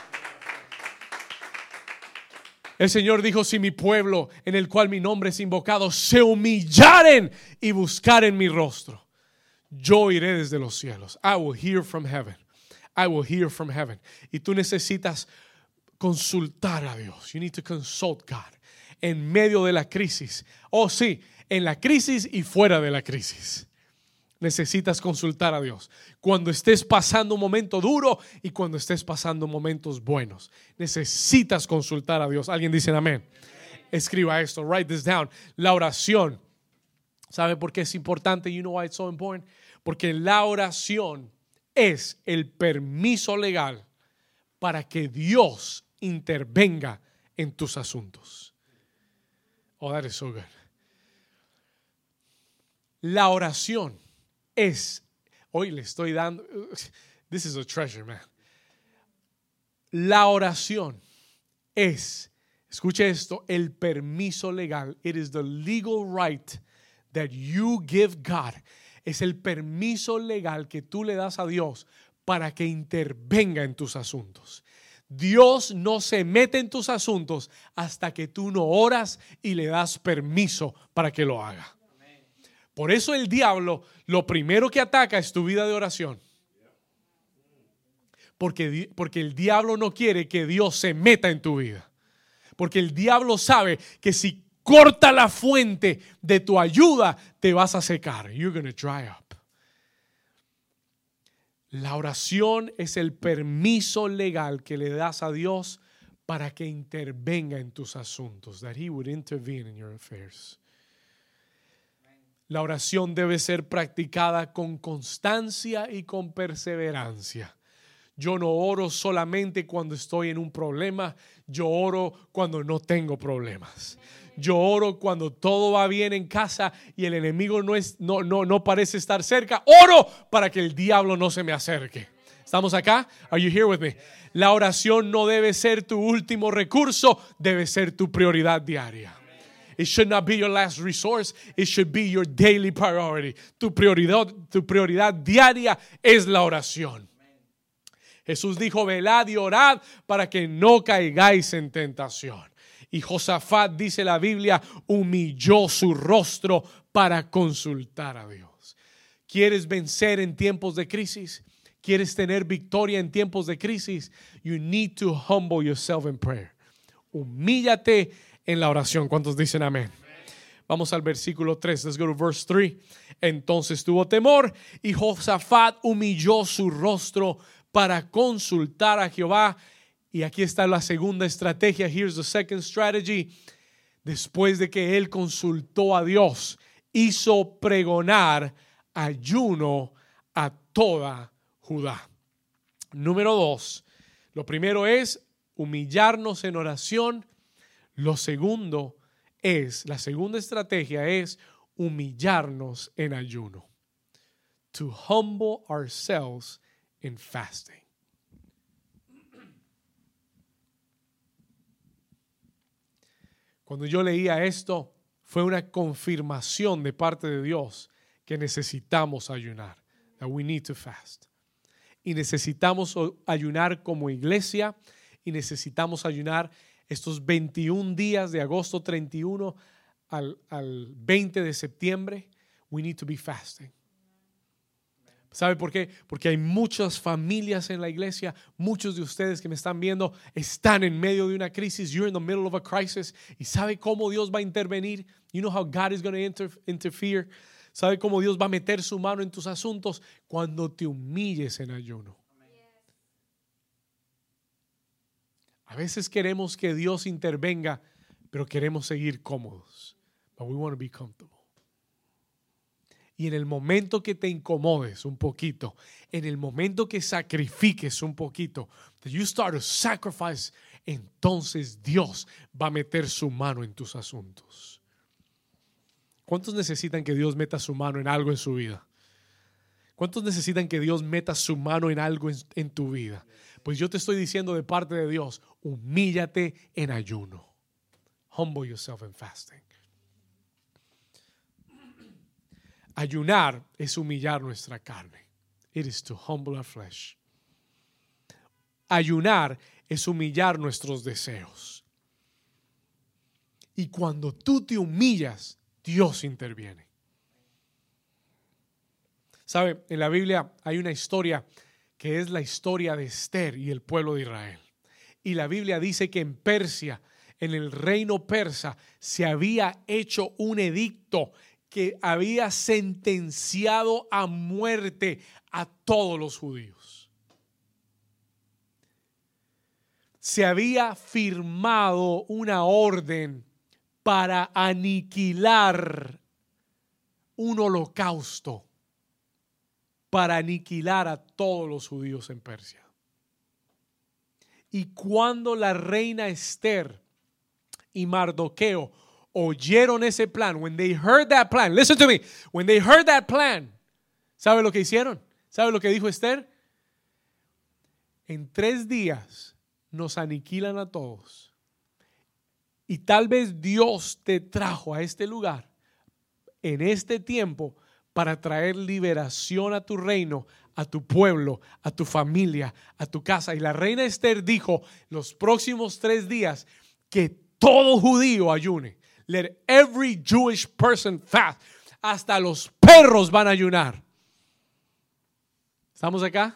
El Señor dijo, si mi pueblo en el cual mi nombre es invocado se humillaren y buscaren mi rostro, yo iré desde los cielos. I will hear from heaven. I will hear from heaven. Y tú necesitas consultar a Dios. You need to consult God. En medio de la crisis. Oh sí, en la crisis y fuera de la crisis. Necesitas consultar a Dios. Cuando estés pasando un momento duro y cuando estés pasando momentos buenos, necesitas consultar a Dios. ¿Alguien dice amén? Escriba esto, write this down. La oración, ¿sabe por qué es importante? You know why it's so important? Porque la oración es el permiso legal para que Dios intervenga en tus asuntos. Oh, that is so good. La oración es, hoy le estoy dando, this is a treasure, man. La oración es, escuche esto, el permiso legal. It is the legal right that you give God. Es el permiso legal que tú le das a Dios para que intervenga en tus asuntos. Dios no se mete en tus asuntos hasta que tú no oras y le das permiso para que lo haga. Por eso el diablo lo primero que ataca es tu vida de oración. Porque, porque el diablo no quiere que Dios se meta en tu vida. Porque el diablo sabe que si corta la fuente de tu ayuda, te vas a secar. You're going to dry up. La oración es el permiso legal que le das a Dios para que intervenga en tus asuntos. That he would intervene in your affairs. La oración debe ser practicada con constancia y con perseverancia. Yo no oro solamente cuando estoy en un problema, yo oro cuando no tengo problemas. Yo oro cuando todo va bien en casa y el enemigo no, es, no, no, no parece estar cerca. Oro para que el diablo no se me acerque. ¿Estamos acá? Are you here with me? La oración no debe ser tu último recurso, debe ser tu prioridad diaria. It should not be your last resource. It should be your daily priority. Tu prioridad, tu prioridad diaria es la oración. Jesús dijo, velad y orad para que no caigáis en tentación. Y Josafat, dice la Biblia, humilló su rostro para consultar a Dios. ¿Quieres vencer en tiempos de crisis? ¿Quieres tener victoria en tiempos de crisis? You need to humble yourself in prayer. Humíllate en la oración. ¿Cuántos dicen amén? Vamos al versículo tres. Let's go to verse three. Entonces tuvo temor y Josafat humilló su rostro para consultar a Jehová. Y aquí está la segunda estrategia. Here's the second strategy. Después de que él consultó a Dios, hizo pregonar ayuno a toda Judá. Número dos. Lo primero es humillarnos en oración. Lo segundo es, la segunda estrategia es humillarnos en ayuno. To humble ourselves in fasting. Cuando yo leía esto, fue una confirmación de parte de Dios que necesitamos ayunar. That we need to fast. Y necesitamos ayunar como iglesia y necesitamos ayunar estos veintiún días de agosto treinta y uno al, al veinte de septiembre. We need to be fasting. ¿Sabe por qué? Porque hay muchas familias en la iglesia, muchos de ustedes que me están viendo están en medio de una crisis. You're in the middle of a crisis. ¿Y sabe cómo Dios va a intervenir? You know how God is going to inter- interfere. ¿Sabe cómo Dios va a meter su mano en tus asuntos? Cuando te humilles en ayuno. A veces queremos que Dios intervenga, pero queremos seguir cómodos. But we want to be comfortable. Y en el momento que te incomodes un poquito, en el momento que sacrifiques un poquito, that you start to sacrifice, entonces Dios va a meter su mano en tus asuntos. ¿Cuántos necesitan que Dios meta su mano en algo en su vida? ¿Cuántos necesitan que Dios meta su mano en algo en, en tu vida? Pues yo te estoy diciendo de parte de Dios, humíllate en ayuno. Humble yourself in fasting. Ayunar es humillar nuestra carne. It is to humble our flesh. Ayunar es humillar nuestros deseos. Y cuando tú te humillas, Dios interviene. ¿Sabe? En la Biblia hay una historia que es la historia de Esther y el pueblo de Israel. Y la Biblia dice que en Persia, en el reino persa, se había hecho un edicto que había sentenciado a muerte a todos los judíos. Se había firmado una orden para aniquilar un holocausto, para aniquilar a todos los judíos en Persia. Y cuando la reina Esther y Mardoqueo oyeron ese plan, when they heard that plan, listen to me, when they heard that plan, ¿sabe lo que hicieron? ¿Sabe lo que dijo Esther? En tres días nos aniquilan a todos. Y tal vez Dios te trajo a este lugar en este tiempo para traer liberación a tu reino, a tu pueblo, a tu familia, a tu casa. Y la reina Esther dijo los próximos tres días que todo judío ayune. Let every Jewish person fast. Hasta los perros van a ayunar. ¿Estamos acá?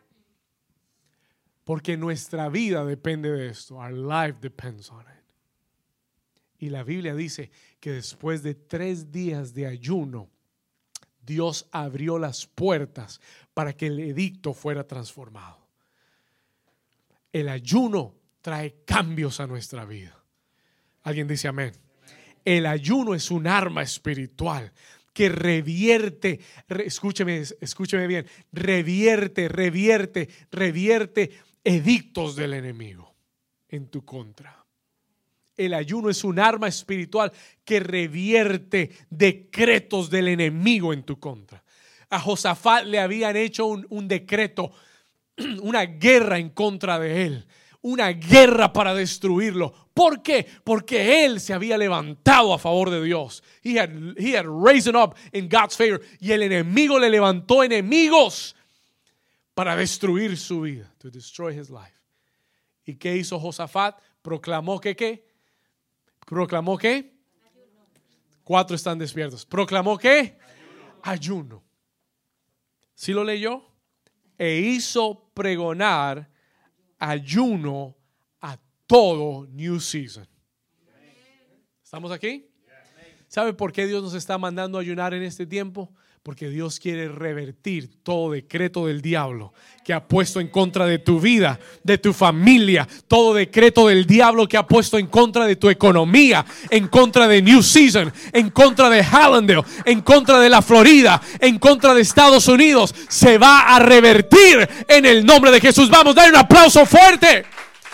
Porque nuestra vida depende de esto. Our life depends on it. Y la Biblia dice que después de tres días de ayuno, Dios abrió las puertas para que el edicto fuera transformado. El ayuno trae cambios a nuestra vida. ¿Alguien dice amén? El ayuno es un arma espiritual que revierte, re, escúcheme, escúcheme bien, revierte, revierte, revierte edictos del enemigo en tu contra. El ayuno es un arma espiritual que revierte decretos del enemigo en tu contra. A Josafat le habían hecho un, un decreto, una guerra en contra de él, una guerra para destruirlo. ¿Por qué? Porque él se había levantado a favor de Dios. He had, he had risen up in God's favor. Y el enemigo le levantó enemigos para destruir su vida, to destroy his life. ¿Y qué hizo Josafat? Proclamó que ¿qué? ¿Proclamó qué? Ayuno. Cuatro están despiertos. ¿Proclamó qué? Ayuno. Ayuno. ¿Sí lo leyó? E hizo pregonar ayuno a todo New Season. ¿Estamos aquí? ¿Sabe por qué Dios nos está mandando a ayunar en este tiempo? Porque Dios quiere revertir todo decreto del diablo que ha puesto en contra de tu vida, de tu familia. Todo decreto del diablo que ha puesto en contra de tu economía, en contra de New Season, en contra de Hallandale, en contra de la Florida, en contra de Estados Unidos. Se va a revertir en el nombre de Jesús. Vamos, dale un aplauso fuerte.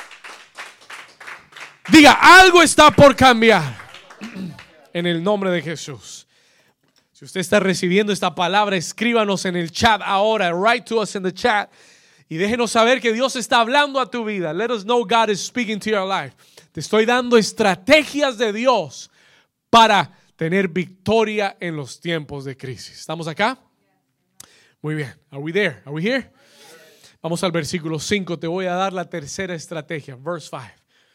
Diga, algo está por cambiar en el nombre de Jesús. Si usted está recibiendo esta palabra, escríbanos en el chat ahora. Write to us in the chat. Y déjenos saber que Dios está hablando a tu vida. Let us know God is speaking to your life. Te estoy dando estrategias de Dios para tener victoria en los tiempos de crisis. ¿Estamos acá? Muy bien. Are we there? Are we here? Vamos al versículo cinco. Te voy a dar la tercera estrategia. Verse five.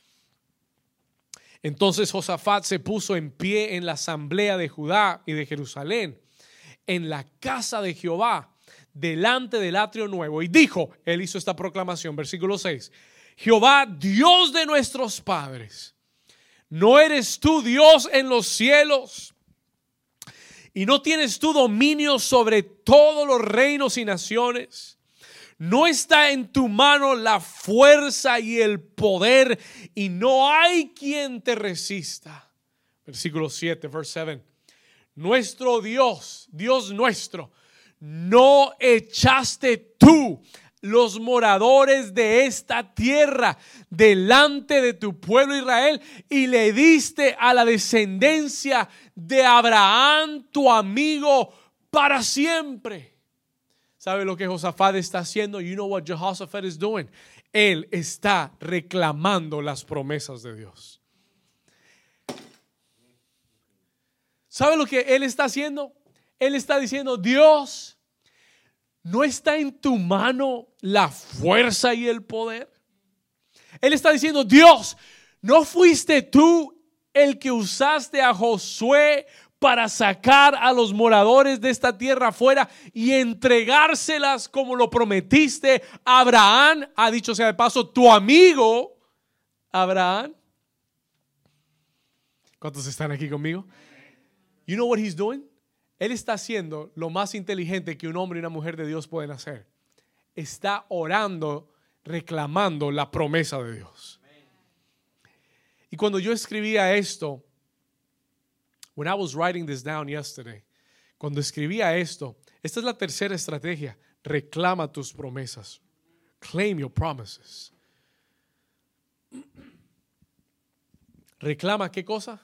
Entonces Josafat se puso en pie en la asamblea de Judá y de Jerusalén, en la casa de Jehová, delante del atrio nuevo, y dijo, él hizo esta proclamación, versículo seis: Jehová, Dios de nuestros padres, ¿no eres tú Dios en los cielos? ¿Y no tienes tú dominio sobre todos los reinos y naciones? ¿No está en tu mano la fuerza y el poder, y no hay quien te resista? Versículo siete, verse siete. Nuestro Dios, Dios nuestro, ¿no echaste tú los moradores de esta tierra delante de tu pueblo Israel y le diste a la descendencia de Abraham, tu amigo, para siempre? ¿Sabe lo que Josafat está haciendo? You know what Jehoshaphat is doing. Él está reclamando las promesas de Dios. ¿Sabe lo que él está haciendo? Él está diciendo, Dios, ¿no está en tu mano la fuerza y el poder? Él está diciendo, Dios, ¿no fuiste tú el que usaste a Josué para sacar a los moradores de esta tierra afuera y entregárselas como lo prometiste a Abraham? Ha dicho sea de paso, tu amigo Abraham. ¿Cuántos están aquí conmigo? You know what he's doing? Él está haciendo lo más inteligente que un hombre y una mujer de Dios pueden hacer. Está orando, reclamando la promesa de Dios. Y cuando yo escribía esto, when I was writing this down yesterday, cuando escribía esto, esta es la tercera estrategia: reclama tus promesas. Claim your promises. ¿Reclama qué cosa?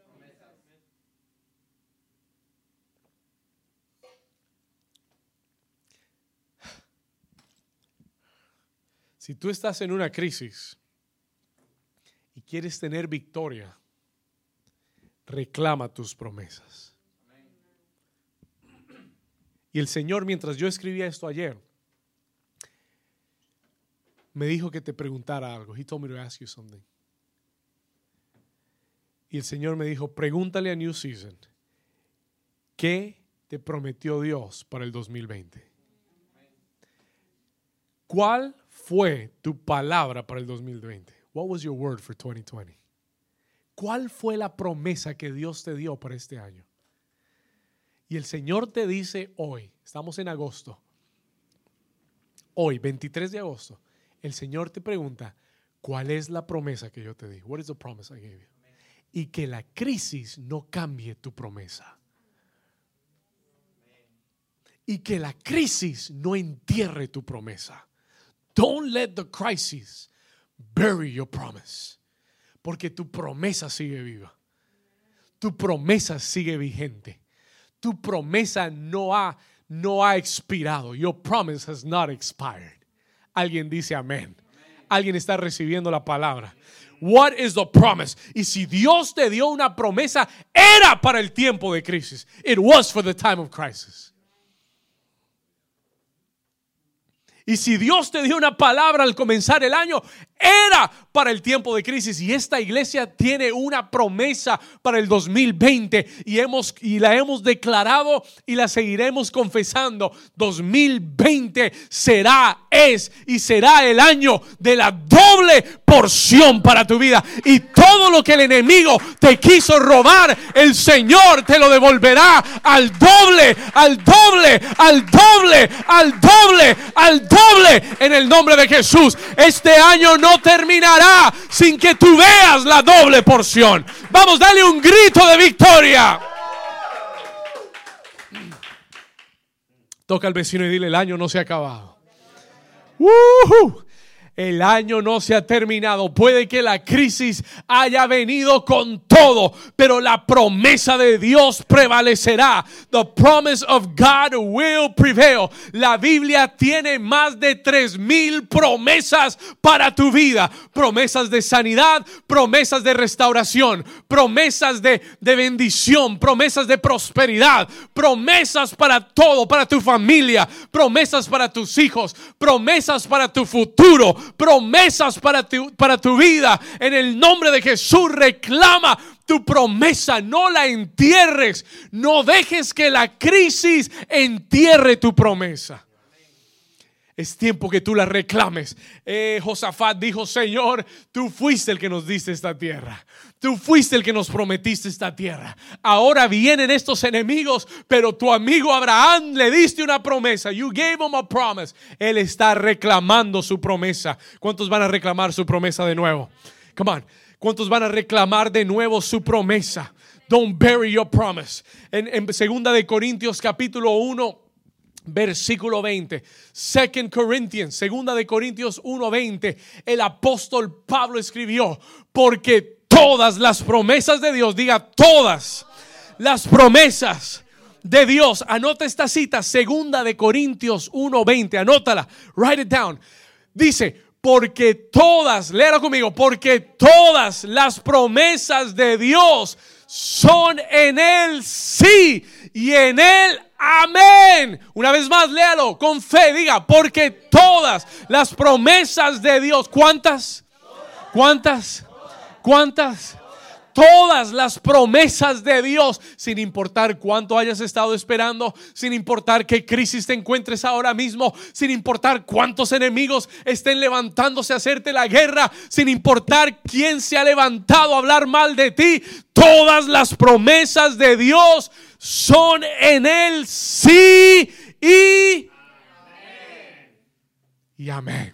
Si tú estás en una crisis y quieres tener victoria, reclama tus promesas. Y el Señor, mientras yo escribía esto ayer, me dijo que te preguntara algo. He told me to ask you something. Y el Señor me dijo, pregúntale a New Season, ¿qué te prometió Dios para el dos mil veinte? ¿Cuál fue tu palabra para el dos mil veinte? What was your word for twenty twenty? ¿Cuál fue la promesa que Dios te dio para este año? Y el Señor te dice hoy, estamos en agosto, hoy, veintitrés de agosto, el Señor te pregunta, ¿cuál es la promesa que yo te di? What is the promise I gave you? Y que la crisis no cambie tu promesa. Y que la crisis no entierre tu promesa. Don't let the crisis bury your promise. Porque tu promesa sigue viva. Tu promesa sigue vigente. Tu promesa no ha, no ha expirado. Your promise has not expired. Alguien dice amén. Alguien está recibiendo la palabra. What is the promise? Y si Dios te dio una promesa, era para el tiempo de crisis. It was for the time of crisis. Y si Dios te dio una palabra al comenzar el año, era para el tiempo de crisis. Y esta iglesia tiene una promesa para el dos mil veinte y, hemos, y la hemos declarado y la seguiremos confesando. dos mil veinte será, es y será el año de la doble porción para tu vida. Y todo lo que el enemigo te quiso robar, el Señor te lo devolverá al doble, al doble, al doble, al doble, al doble. En el nombre de Jesús. Este año no terminará sin que tú veas la doble porción. Vamos, dale un grito de victoria. Toca al vecino y dile, el año no se ha acabado. Uh-huh. el año no se ha terminado. Puede que la crisis haya venido con todo, pero la promesa de Dios prevalecerá. The promise of God will prevail. La Biblia tiene más de tres mil promesas para tu vida. Promesas de sanidad, promesas de restauración, promesas de, de bendición, promesas de prosperidad, promesas para todo, para tu familia, promesas para tus hijos, promesas para tu futuro, promesas para tu, para tu vida. En el nombre de Jesús, reclama tu promesa, no la entierres, no dejes que la crisis entierre tu promesa. Es tiempo que tú la reclames. eh, Josafat dijo: Señor, tú fuiste el que nos diste esta tierra. Tú fuiste el que nos prometiste esta tierra. Ahora vienen estos enemigos, pero tu amigo Abraham le diste una promesa. You gave him a promise. Él está reclamando su promesa. ¿Cuántos van a reclamar su promesa de nuevo? Come on. ¿Cuántos van a reclamar de nuevo su promesa? Don't bury your promise. En, en segunda de Corintios capítulo uno, versículo veinte. Second Corinthians, segunda de Corintios uno veinte. El apóstol Pablo escribió: porque todas las promesas de Dios, diga todas las promesas de Dios. Anota esta cita, segunda de Corintios uno veinte. Anótala, write it down. Dice: porque todas, léalo conmigo, porque todas las promesas de Dios son en Él sí y en Él amén. Una vez más, léalo con fe, diga: porque todas las promesas de Dios. ¿Cuántas? ¿Cuántas? ¿Cuántas? Todas las promesas de Dios, sin importar cuánto hayas estado esperando, sin importar qué crisis te encuentres ahora mismo, sin importar cuántos enemigos estén levantándose a hacerte la guerra, sin importar quién se ha levantado a hablar mal de ti, todas las promesas de Dios son en Él sí y amén. Y amén.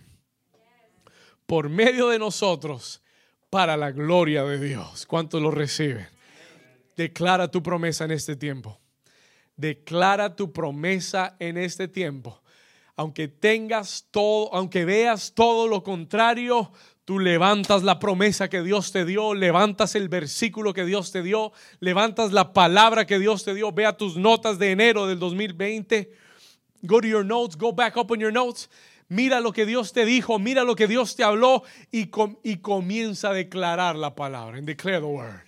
Por medio de nosotros, para la gloria de Dios. ¿Cuántos lo reciben? Declara tu promesa en este tiempo. Declara tu promesa en este tiempo. Aunque tengas todo, aunque veas todo lo contrario, tú levantas la promesa que Dios te dio, levantas el versículo que Dios te dio, levantas la palabra que Dios te dio. Ve a tus notas de enero del dos mil veinte. Go to your notes, go back up on your notes. Mira lo que Dios te dijo, mira lo que Dios te habló y, com- y comienza a declarar la palabra. And declare the word.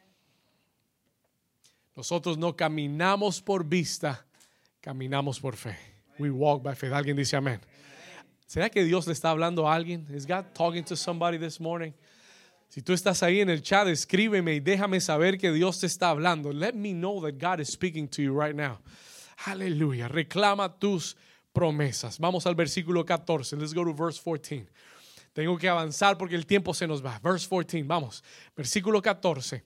Nosotros no caminamos por vista, caminamos por fe. We walk by faith. Alguien dice amén. ¿Será que Dios le está hablando a alguien? Is God talking to somebody this morning? Si tú estás ahí en el chat, escríbeme y déjame saber que Dios te está hablando. Let me know that God is speaking to you right now. Aleluya. Reclama tus promesas. Vamos al versículo catorce. Let's go to verse fourteen. Tengo que avanzar porque el tiempo se nos va. Verse fourteen, vamos. Versículo catorce.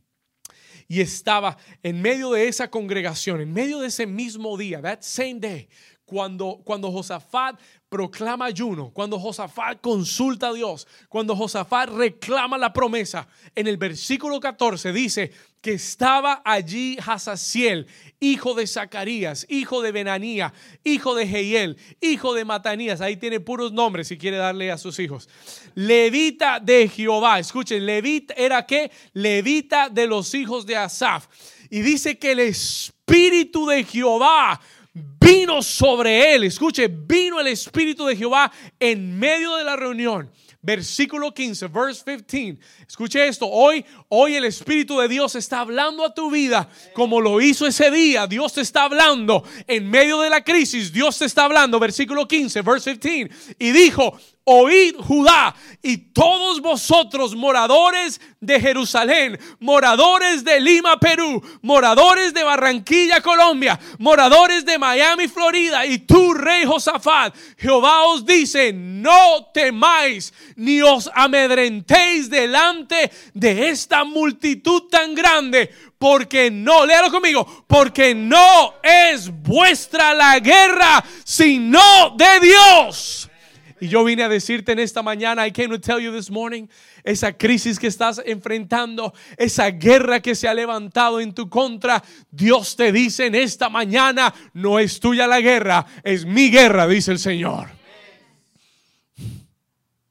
Y estaba en medio de esa congregación, en medio de ese mismo día, that same day, cuando, cuando Josafat proclama ayuno, cuando Josafat consulta a Dios, cuando Josafat reclama la promesa, en el versículo catorce dice que estaba allí Hazaziel, hijo de Zacarías, hijo de Benanía, hijo de Jehiel, hijo de Matanías. Ahí tiene puros nombres si quiere darle a sus hijos. Levita de Jehová. Escuchen, levita era ¿qué? Levita de los hijos de Asaf. Y dice que el espíritu de Jehová vino sobre él. Escuche, vino el espíritu de Jehová en medio de la reunión. Versículo quince, verse fifteen. Escuche esto, hoy, hoy el Espíritu de Dios está hablando a tu vida como lo hizo ese día. Dios te está hablando en medio de la crisis. Dios te está hablando, versículo quince, verse fifteen. Y dijo: oíd Judá y todos vosotros moradores de Jerusalén, moradores de Lima, Perú, moradores de Barranquilla, Colombia, moradores de Miami, Florida, y tú, rey Josafat, Jehová os dice: no temáis ni os amedrentéis delante de esta multitud tan grande, porque no, léalo conmigo, porque no es vuestra la guerra, sino de Dios. Y yo vine a decirte en esta mañana, I came to tell you this morning, esa crisis que estás enfrentando, esa guerra que se ha levantado en tu contra, Dios te dice en esta mañana: no es tuya la guerra, es mi guerra, dice el Señor.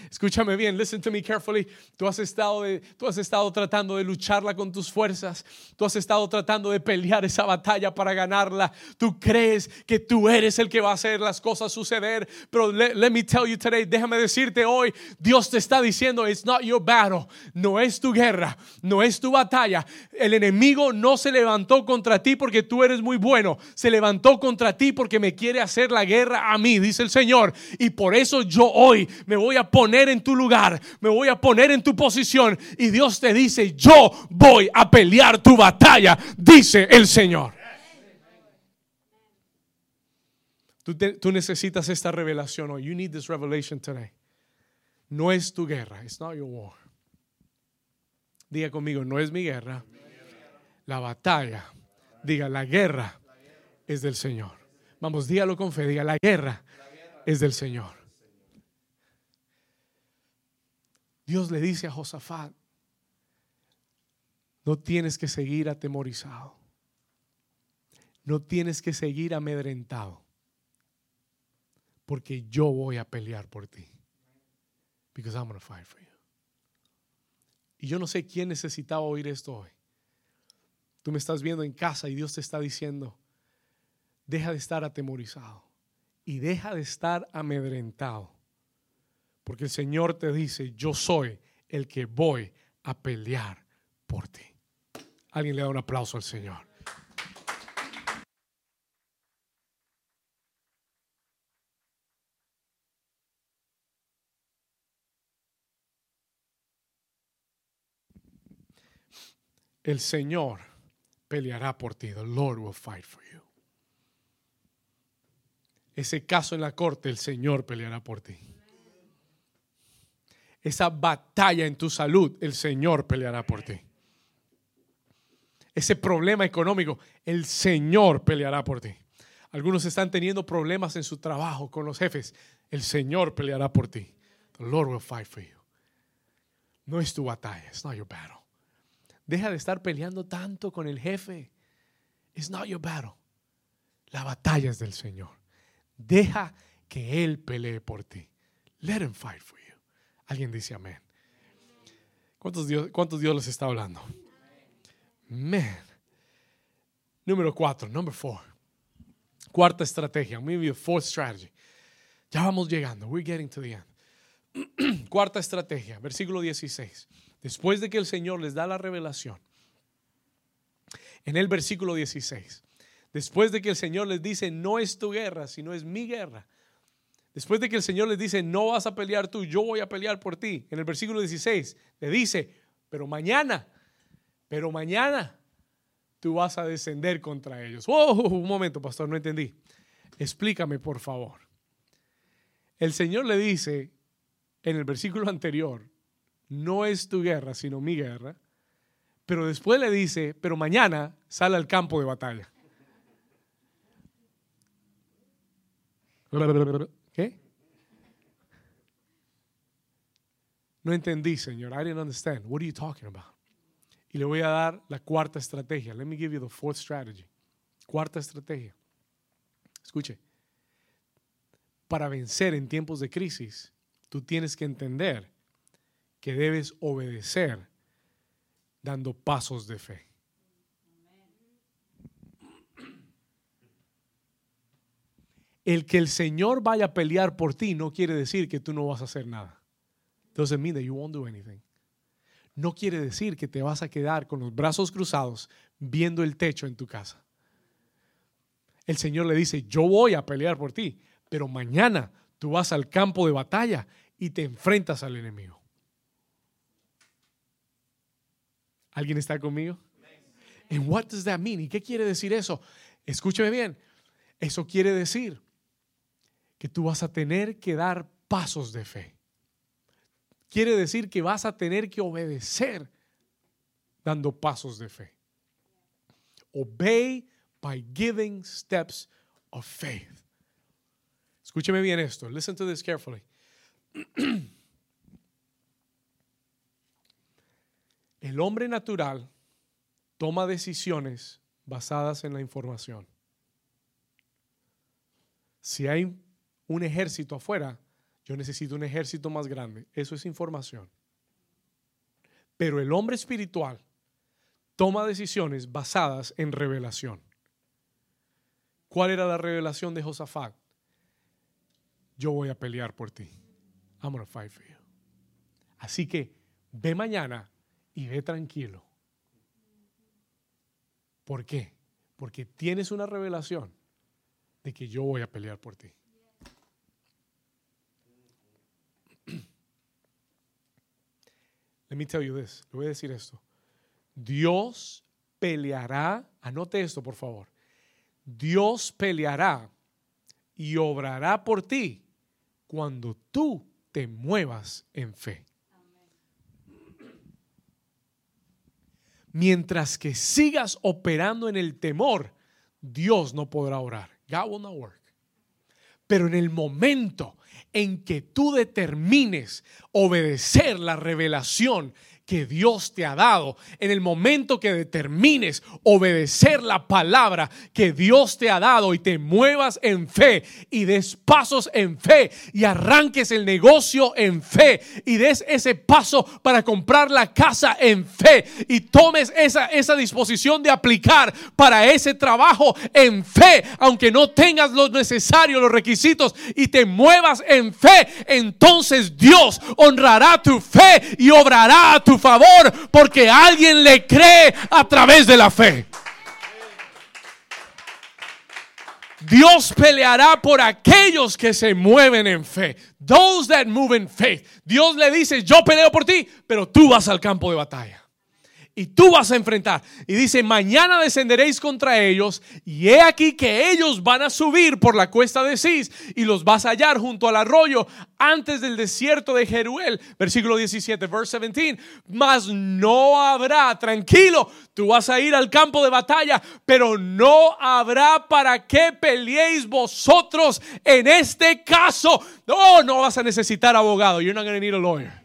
Escúchame bien, listen to me carefully. Tú has estado de, tú has estado tratando de lucharla con tus fuerzas. Tú has estado tratando de pelear esa batalla para ganarla. Tú crees que tú eres el que va a hacer las cosas suceder. Pero let, let me tell you today, déjame decirte hoy, Dios te está diciendo, it's not your battle. No es tu guerra, no es tu batalla. El enemigo no se levantó contra ti porque tú eres muy bueno. Se levantó contra ti porque me quiere hacer la guerra a mí, dice el Señor. Y por eso yo hoy me voy a poner en tu lugar, me voy a poner en tu posición. Y Dios te dice, yo voy a pelear tu batalla, dice el Señor. Tú, te, tú necesitas esta revelación hoy. You need this revelation today. No es tu guerra. It's not your war. Diga conmigo, no es mi guerra. La batalla, diga, la guerra es del Señor. Vamos, dígalo con fe, diga, la guerra es del Señor. Dios le dice a Josafat, no tienes que seguir atemorizado. No tienes que seguir amedrentado. Porque yo voy a pelear por ti. Because I'm going to fight for you. Y yo no sé quién necesitaba oír esto hoy. Tú me estás viendo en casa y Dios te está diciendo, deja de estar atemorizado y deja de estar amedrentado. Porque el Señor te dice, yo soy el que voy a pelear por ti. Alguien le da un aplauso al Señor. El Señor peleará por ti. The Lord will fight for you. Ese caso en la corte, el Señor peleará por ti. Esa batalla en tu salud, el Señor peleará por ti. Ese problema económico, el Señor peleará por ti. Algunos están teniendo problemas en su trabajo con los jefes, el Señor peleará por ti. The Lord will fight for you. No es tu batalla, it's not your battle. Deja de estar peleando tanto con el jefe. It's not your battle. La batalla es del Señor. Deja que Él pelee por ti. Let him fight for you. Alguien dice amén. ¿Cuántos Dios, cuántos Dios les está hablando? Man. Número cuatro, number four. Cuarta estrategia. Maybe a fourth strategy. Ya vamos llegando. We're getting to the end. Cuarta estrategia, versículo dieciséis. Después de que el Señor les da la revelación, en el versículo dieciséis, después de que el Señor les dice, no es tu guerra, sino es mi guerra. Después de que el Señor les dice, no vas a pelear tú, yo voy a pelear por ti. En el versículo dieciséis le dice, pero mañana, pero mañana tú vas a descender contra ellos. Oh, un momento, pastor, no entendí. Explícame, por favor. El Señor le dice en el versículo anterior, no es tu guerra, sino mi guerra. Pero después le dice, pero mañana sale al campo de batalla. ¿Qué? No entendí, Señor. I didn't understand. What are you talking about? Y le voy a dar la cuarta estrategia. Let me give you the fourth strategy. Cuarta estrategia. Escuche. Para vencer en tiempos de crisis, tú tienes que entender que debes obedecer dando pasos de fe. El que el Señor vaya a pelear por ti no quiere decir que tú no vas a hacer nada. Doesn't mean that you won't do anything. No quiere decir que te vas a quedar con los brazos cruzados viendo el techo en tu casa. El Señor le dice, yo voy a pelear por ti, pero mañana tú vas al campo de batalla y te enfrentas al enemigo. ¿Alguien está conmigo? And what does that mean? ¿Y qué quiere decir eso? Escúcheme bien. Eso quiere decir que tú vas a tener que dar pasos de fe. Quiere decir que vas a tener que obedecer dando pasos de fe. Obey by giving steps of faith. Escúcheme bien esto. Listen to this carefully. El hombre natural toma decisiones basadas en la información. Si hay un ejército afuera, Yo necesito un ejército más grande. Eso es información. Pero el hombre espiritual toma decisiones basadas en revelación. ¿Cuál era la revelación de Josafat? Yo voy a pelear por ti. I'm gonna fight for you. Así que ve mañana y ve tranquilo. ¿Por qué? Porque tienes una revelación de que yo voy a pelear por ti. Let me tell you this. Le voy a decir esto. Dios peleará, anote esto por favor. Dios peleará y obrará por ti cuando tú te muevas en fe. Mientras que sigas operando en el temor, Dios no podrá orar. God will not work. Pero en el momento en que tú determines obedecer la revelación que Dios te ha dado, en el momento que determines obedecer la palabra que Dios te ha dado y te muevas en fe y des pasos en fe y arranques el negocio en fe y des ese paso para comprar la casa en fe y tomes esa, esa disposición de aplicar para ese trabajo en fe, aunque no tengas lo necesario, los requisitos, y te muevas en fe, entonces Dios honrará tu fe y obrará a tu favor, porque alguien le cree a través de la fe. Dios peleará por aquellos que se mueven en fe. Those that move in faith. Dios le dice, yo peleo por ti, pero tú vas al campo de batalla. Y tú vas a enfrentar. Y dice, mañana descenderéis contra ellos. Y he aquí que ellos van a subir por la cuesta de Cis. Y los vas a hallar junto al arroyo antes del desierto de Jeruel. Versículo diecisiete, verse diecisiete. Mas no habrá, tranquilo, tú vas a ir al campo de batalla, pero no habrá para qué peleéis vosotros en este caso. No, no vas a necesitar abogado. You're not going to need a lawyer.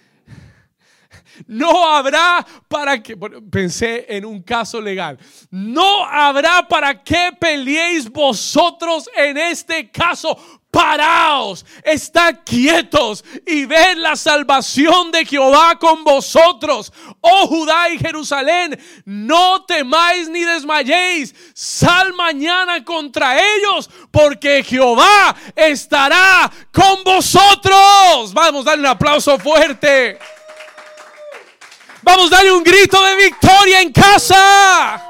No habrá para que, pensé en un caso legal, no habrá para qué peleéis vosotros en este caso. Paraos, estad quietos y ved la salvación de Jehová con vosotros, oh Judá y Jerusalén. No temáis ni desmayéis. Sal mañana contra ellos, porque Jehová estará con vosotros. Vamos a darle un aplauso fuerte. Vamos a darle un grito de victoria en casa.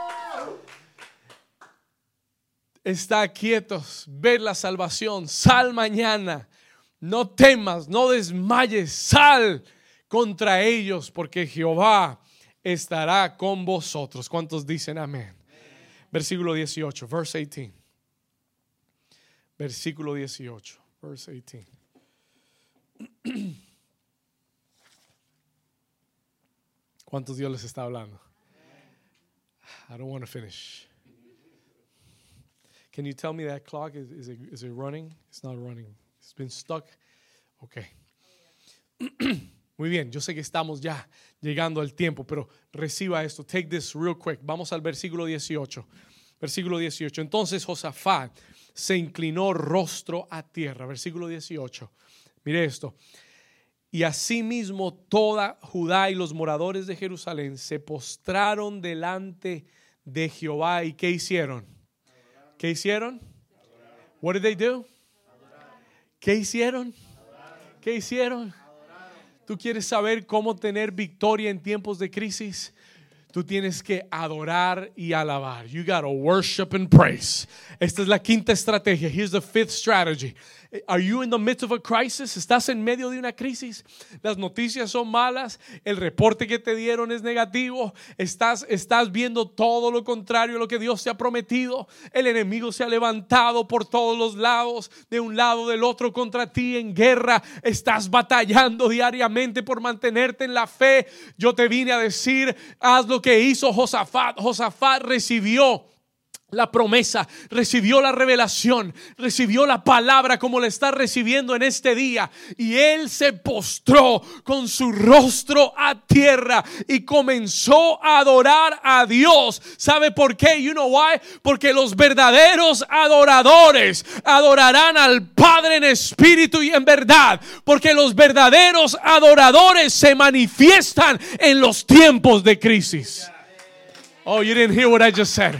Está quietos, ver la salvación. Sal mañana. No temas, no desmayes. Sal contra ellos, porque Jehová estará con vosotros. ¿Cuántos dicen amén? Versículo dieciocho, verse eighteen. Versículo dieciocho, verse eighteen. ¿Cuántos Dios les está hablando? I don't want to finish. Can you tell me that clock is, is, it, is it running? It's not running. It's been stuck. Okay. Muy bien, yo sé que estamos ya llegando al tiempo, pero reciba esto. Take this real quick. Vamos al versículo dieciocho. Versículo dieciocho. Entonces Josafat se inclinó rostro a tierra. Versículo dieciocho. Mire esto. Y asimismo toda Judá y los moradores de Jerusalén se postraron delante de Jehová. ¿Y qué hicieron? ¿Qué hicieron? What did they do? ¿Qué hicieron? ¿Qué hicieron? ¿Tú quieres saber cómo tener victoria en tiempos de crisis? Tú tienes que adorar y alabar. You gotta worship and praise. Esta es la quinta estrategia. Here's the fifth strategy. Are you in the midst of a crisis? ¿Estás en medio de una crisis? Las noticias son malas. El reporte que te dieron es negativo. Estás, estás viendo todo lo contrario a lo que Dios te ha prometido. El enemigo se ha levantado por todos los lados, de un lado del otro contra ti en guerra. Estás batallando diariamente por mantenerte en la fe. Yo te vine a decir, haz lo que hizo Josafat. Josafat recibió la promesa, recibió la revelación, recibió la palabra como la está recibiendo en este día, y él se postró con su rostro a tierra y comenzó a adorar a Dios. ¿Sabe por qué? You know why? Porque los verdaderos adoradores adorarán al Padre en espíritu y en verdad, porque los verdaderos adoradores se manifiestan en los tiempos de crisis. Oh, you didn't hear what I just said.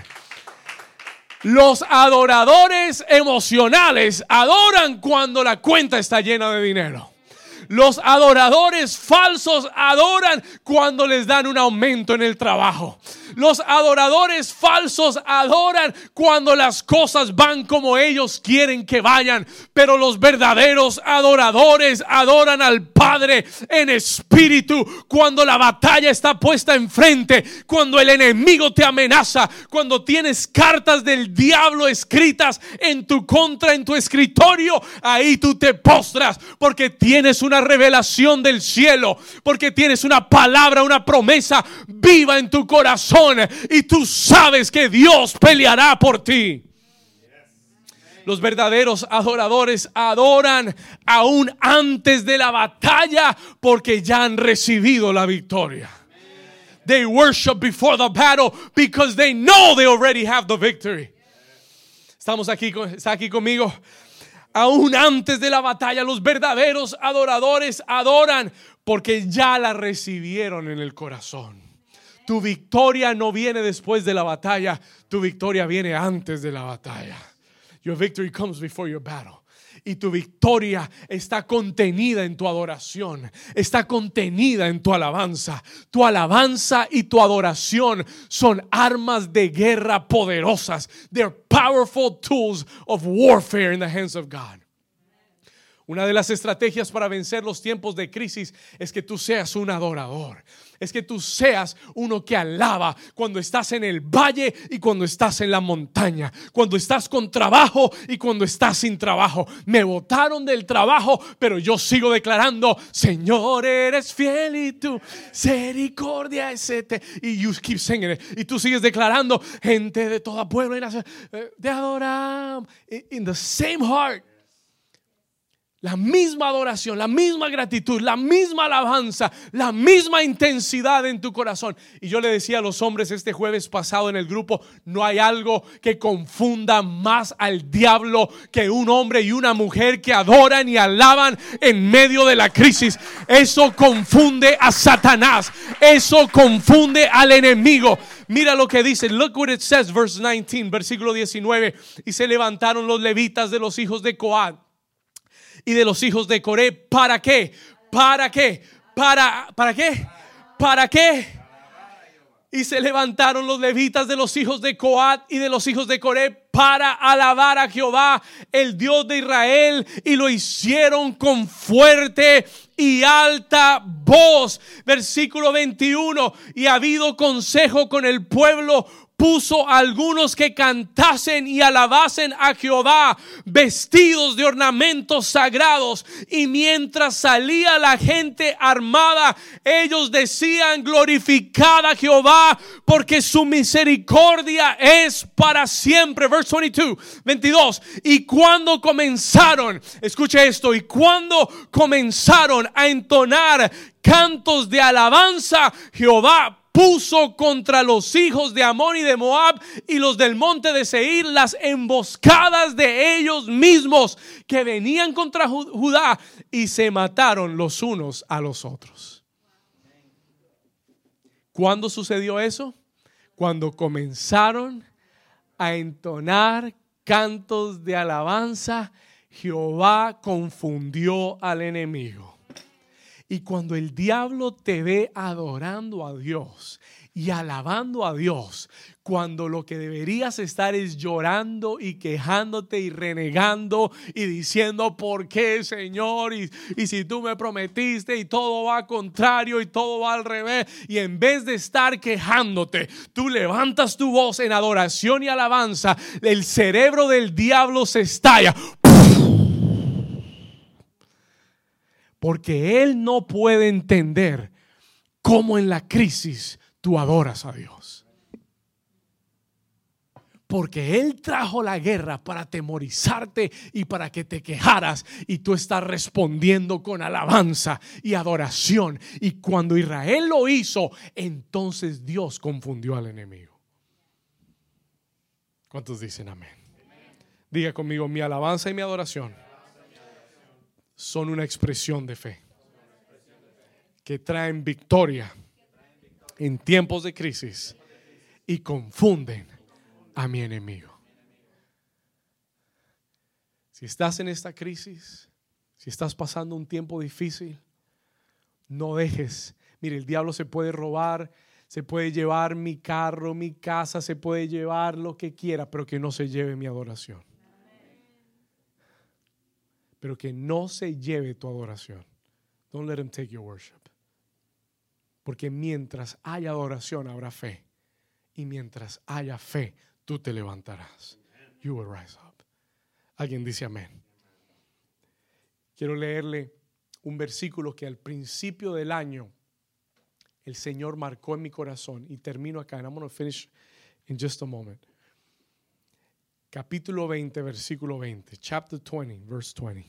Los adoradores emocionales adoran cuando la cuenta está llena de dinero. Los adoradores falsos adoran cuando les dan un aumento en el trabajo. Los adoradores falsos adoran cuando las cosas van como ellos quieren que vayan. Pero los verdaderos adoradores adoran al Padre en espíritu cuando la batalla está puesta enfrente, cuando el enemigo te amenaza, cuando tienes cartas del diablo escritas en tu contra en tu escritorio. Ahí tú te postras porque tienes una revelación del cielo, porque tienes una palabra, una promesa viva en tu corazón, y tú sabes que Dios peleará por ti. Los verdaderos adoradores adoran aún antes de la batalla porque ya han recibido la victoria. They worship before the battle because they know they already have the victory. Estamos aquí, está aquí conmigo. Aún antes de la batalla, los verdaderos adoradores adoran porque ya la recibieron en el corazón. Tu victoria no viene después de la batalla, tu victoria viene antes de la batalla. Your victory comes before your battle. Y tu victoria está contenida en tu adoración, está contenida en tu alabanza. Tu alabanza y tu adoración son armas de guerra poderosas. They're powerful tools of warfare in the hands of God. Una de las estrategias para vencer los tiempos de crisis es que tú seas un adorador. Es que tú seas uno que alaba cuando estás en el valle y cuando estás en la montaña, cuando estás con trabajo y cuando estás sin trabajo. Me botaron del trabajo, pero yo sigo declarando: Señor, eres fiel y tu misericordia es eterna. Y you keep singing it. Y tú sigues declarando: gente de toda pueblo y nación, te adoramos. In the same heart. La misma adoración, la misma gratitud, la misma alabanza, la misma intensidad en tu corazón. Y yo le decía a los hombres este jueves pasado en el grupo: no hay algo que confunda más al diablo que un hombre y una mujer que adoran y alaban en medio de la crisis. Eso confunde a Satanás. Eso confunde al enemigo. Mira lo que dice. Look what it says, verse nineteen, versículo diecinueve. Y se levantaron los levitas de los hijos de Coat y de los hijos de Coré. ¿Para qué? ¿Para qué? ¿Para, para qué? ¿Para qué? Y se levantaron los levitas de los hijos de Coat y de los hijos de Coré para alabar a Jehová, el Dios de Israel, y lo hicieron con fuerte y alta voz. Versículo veintiuno. Y ha habido consejo con el pueblo, puso a algunos que cantasen y alabasen a Jehová, vestidos de ornamentos sagrados. Y mientras salía la gente armada, ellos decían: glorificad a Jehová, porque su misericordia es para siempre. Verse veintidós, veintidós. Y cuando comenzaron, escuche esto, y cuando comenzaron a entonar cantos de alabanza, Jehová puso contra los hijos de Amón y de Moab y los del monte de Seir las emboscadas de ellos mismos que venían contra Judá, y se mataron los unos a los otros. ¿Cuándo sucedió eso? Cuando comenzaron a entonar cantos de alabanza, Jehová confundió al enemigo. Y cuando el diablo te ve adorando a Dios y alabando a Dios, cuando lo que deberías estar es llorando y quejándote y renegando y diciendo: ¿por qué, Señor? Y, y si tú me prometiste y todo va contrario y todo va al revés. Y en vez de estar quejándote, tú levantas tu voz en adoración y alabanza. El cerebro del diablo se estalla. Porque él no puede entender cómo en la crisis tú adoras a Dios. porque Él trajo la guerra para atemorizarte y para que te quejaras, y tú estás respondiendo con alabanza y adoración. Y cuando Israel lo hizo, entonces Dios confundió al enemigo. ¿Cuántos dicen amén? Diga conmigo: mi alabanza y mi adoración son una expresión de fe que traen victoria en tiempos de crisis y confunden a mi enemigo. Si estás en esta crisis, si estás pasando un tiempo difícil, no dejes. Mire, el diablo se puede robar, se puede llevar mi carro, mi casa, se puede llevar lo que quiera, pero que no se lleve mi adoración. Pero que no se lleve tu adoración. Don't let him take your worship. Porque mientras haya adoración habrá fe, y mientras haya fe tú te levantarás. You will rise up. Alguien dice amén. Quiero leerle un versículo que al principio del año el Señor marcó en mi corazón, y termino acá, and I'm going to finish in just a moment. Capítulo veinte, versículo veinte. Chapter twenty, verse twenty.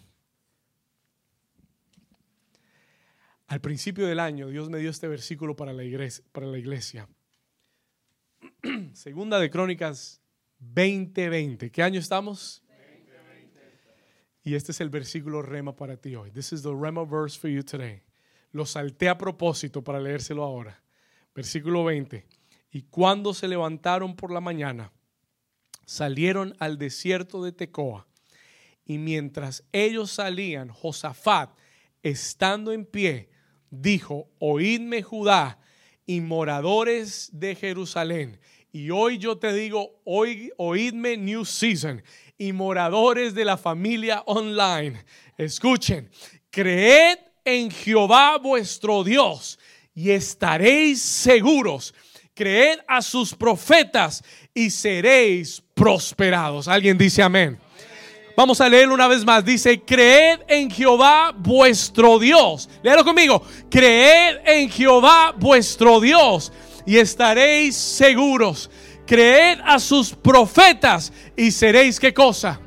Al principio del año Dios me dio este versículo para la iglesia, para la iglesia. Segunda de Crónicas veinte veinte. ¿Qué año estamos? veinte veinte. Y este es el versículo rema para ti hoy. This is the rema verse for you today. Lo salté a propósito para leérselo ahora. Versículo veinte. Y cuando se levantaron por la mañana, salieron al desierto de Tecoa. Y mientras ellos salían, Josafat, estando en pie, dijo: oídme, Judá y moradores de Jerusalén. Y hoy yo te digo, oí, oídme, New Season, y moradores de la familia online. Escuchen: creed en Jehová vuestro Dios y estaréis seguros. Creed a sus profetas y seréis prosperados. Alguien dice amén. Vamos a leerlo una vez más. Dice: creed en Jehová vuestro Dios. Léalo conmigo. Creed en Jehová vuestro Dios y estaréis seguros. Creed a sus profetas y seréis, ¿qué cosa?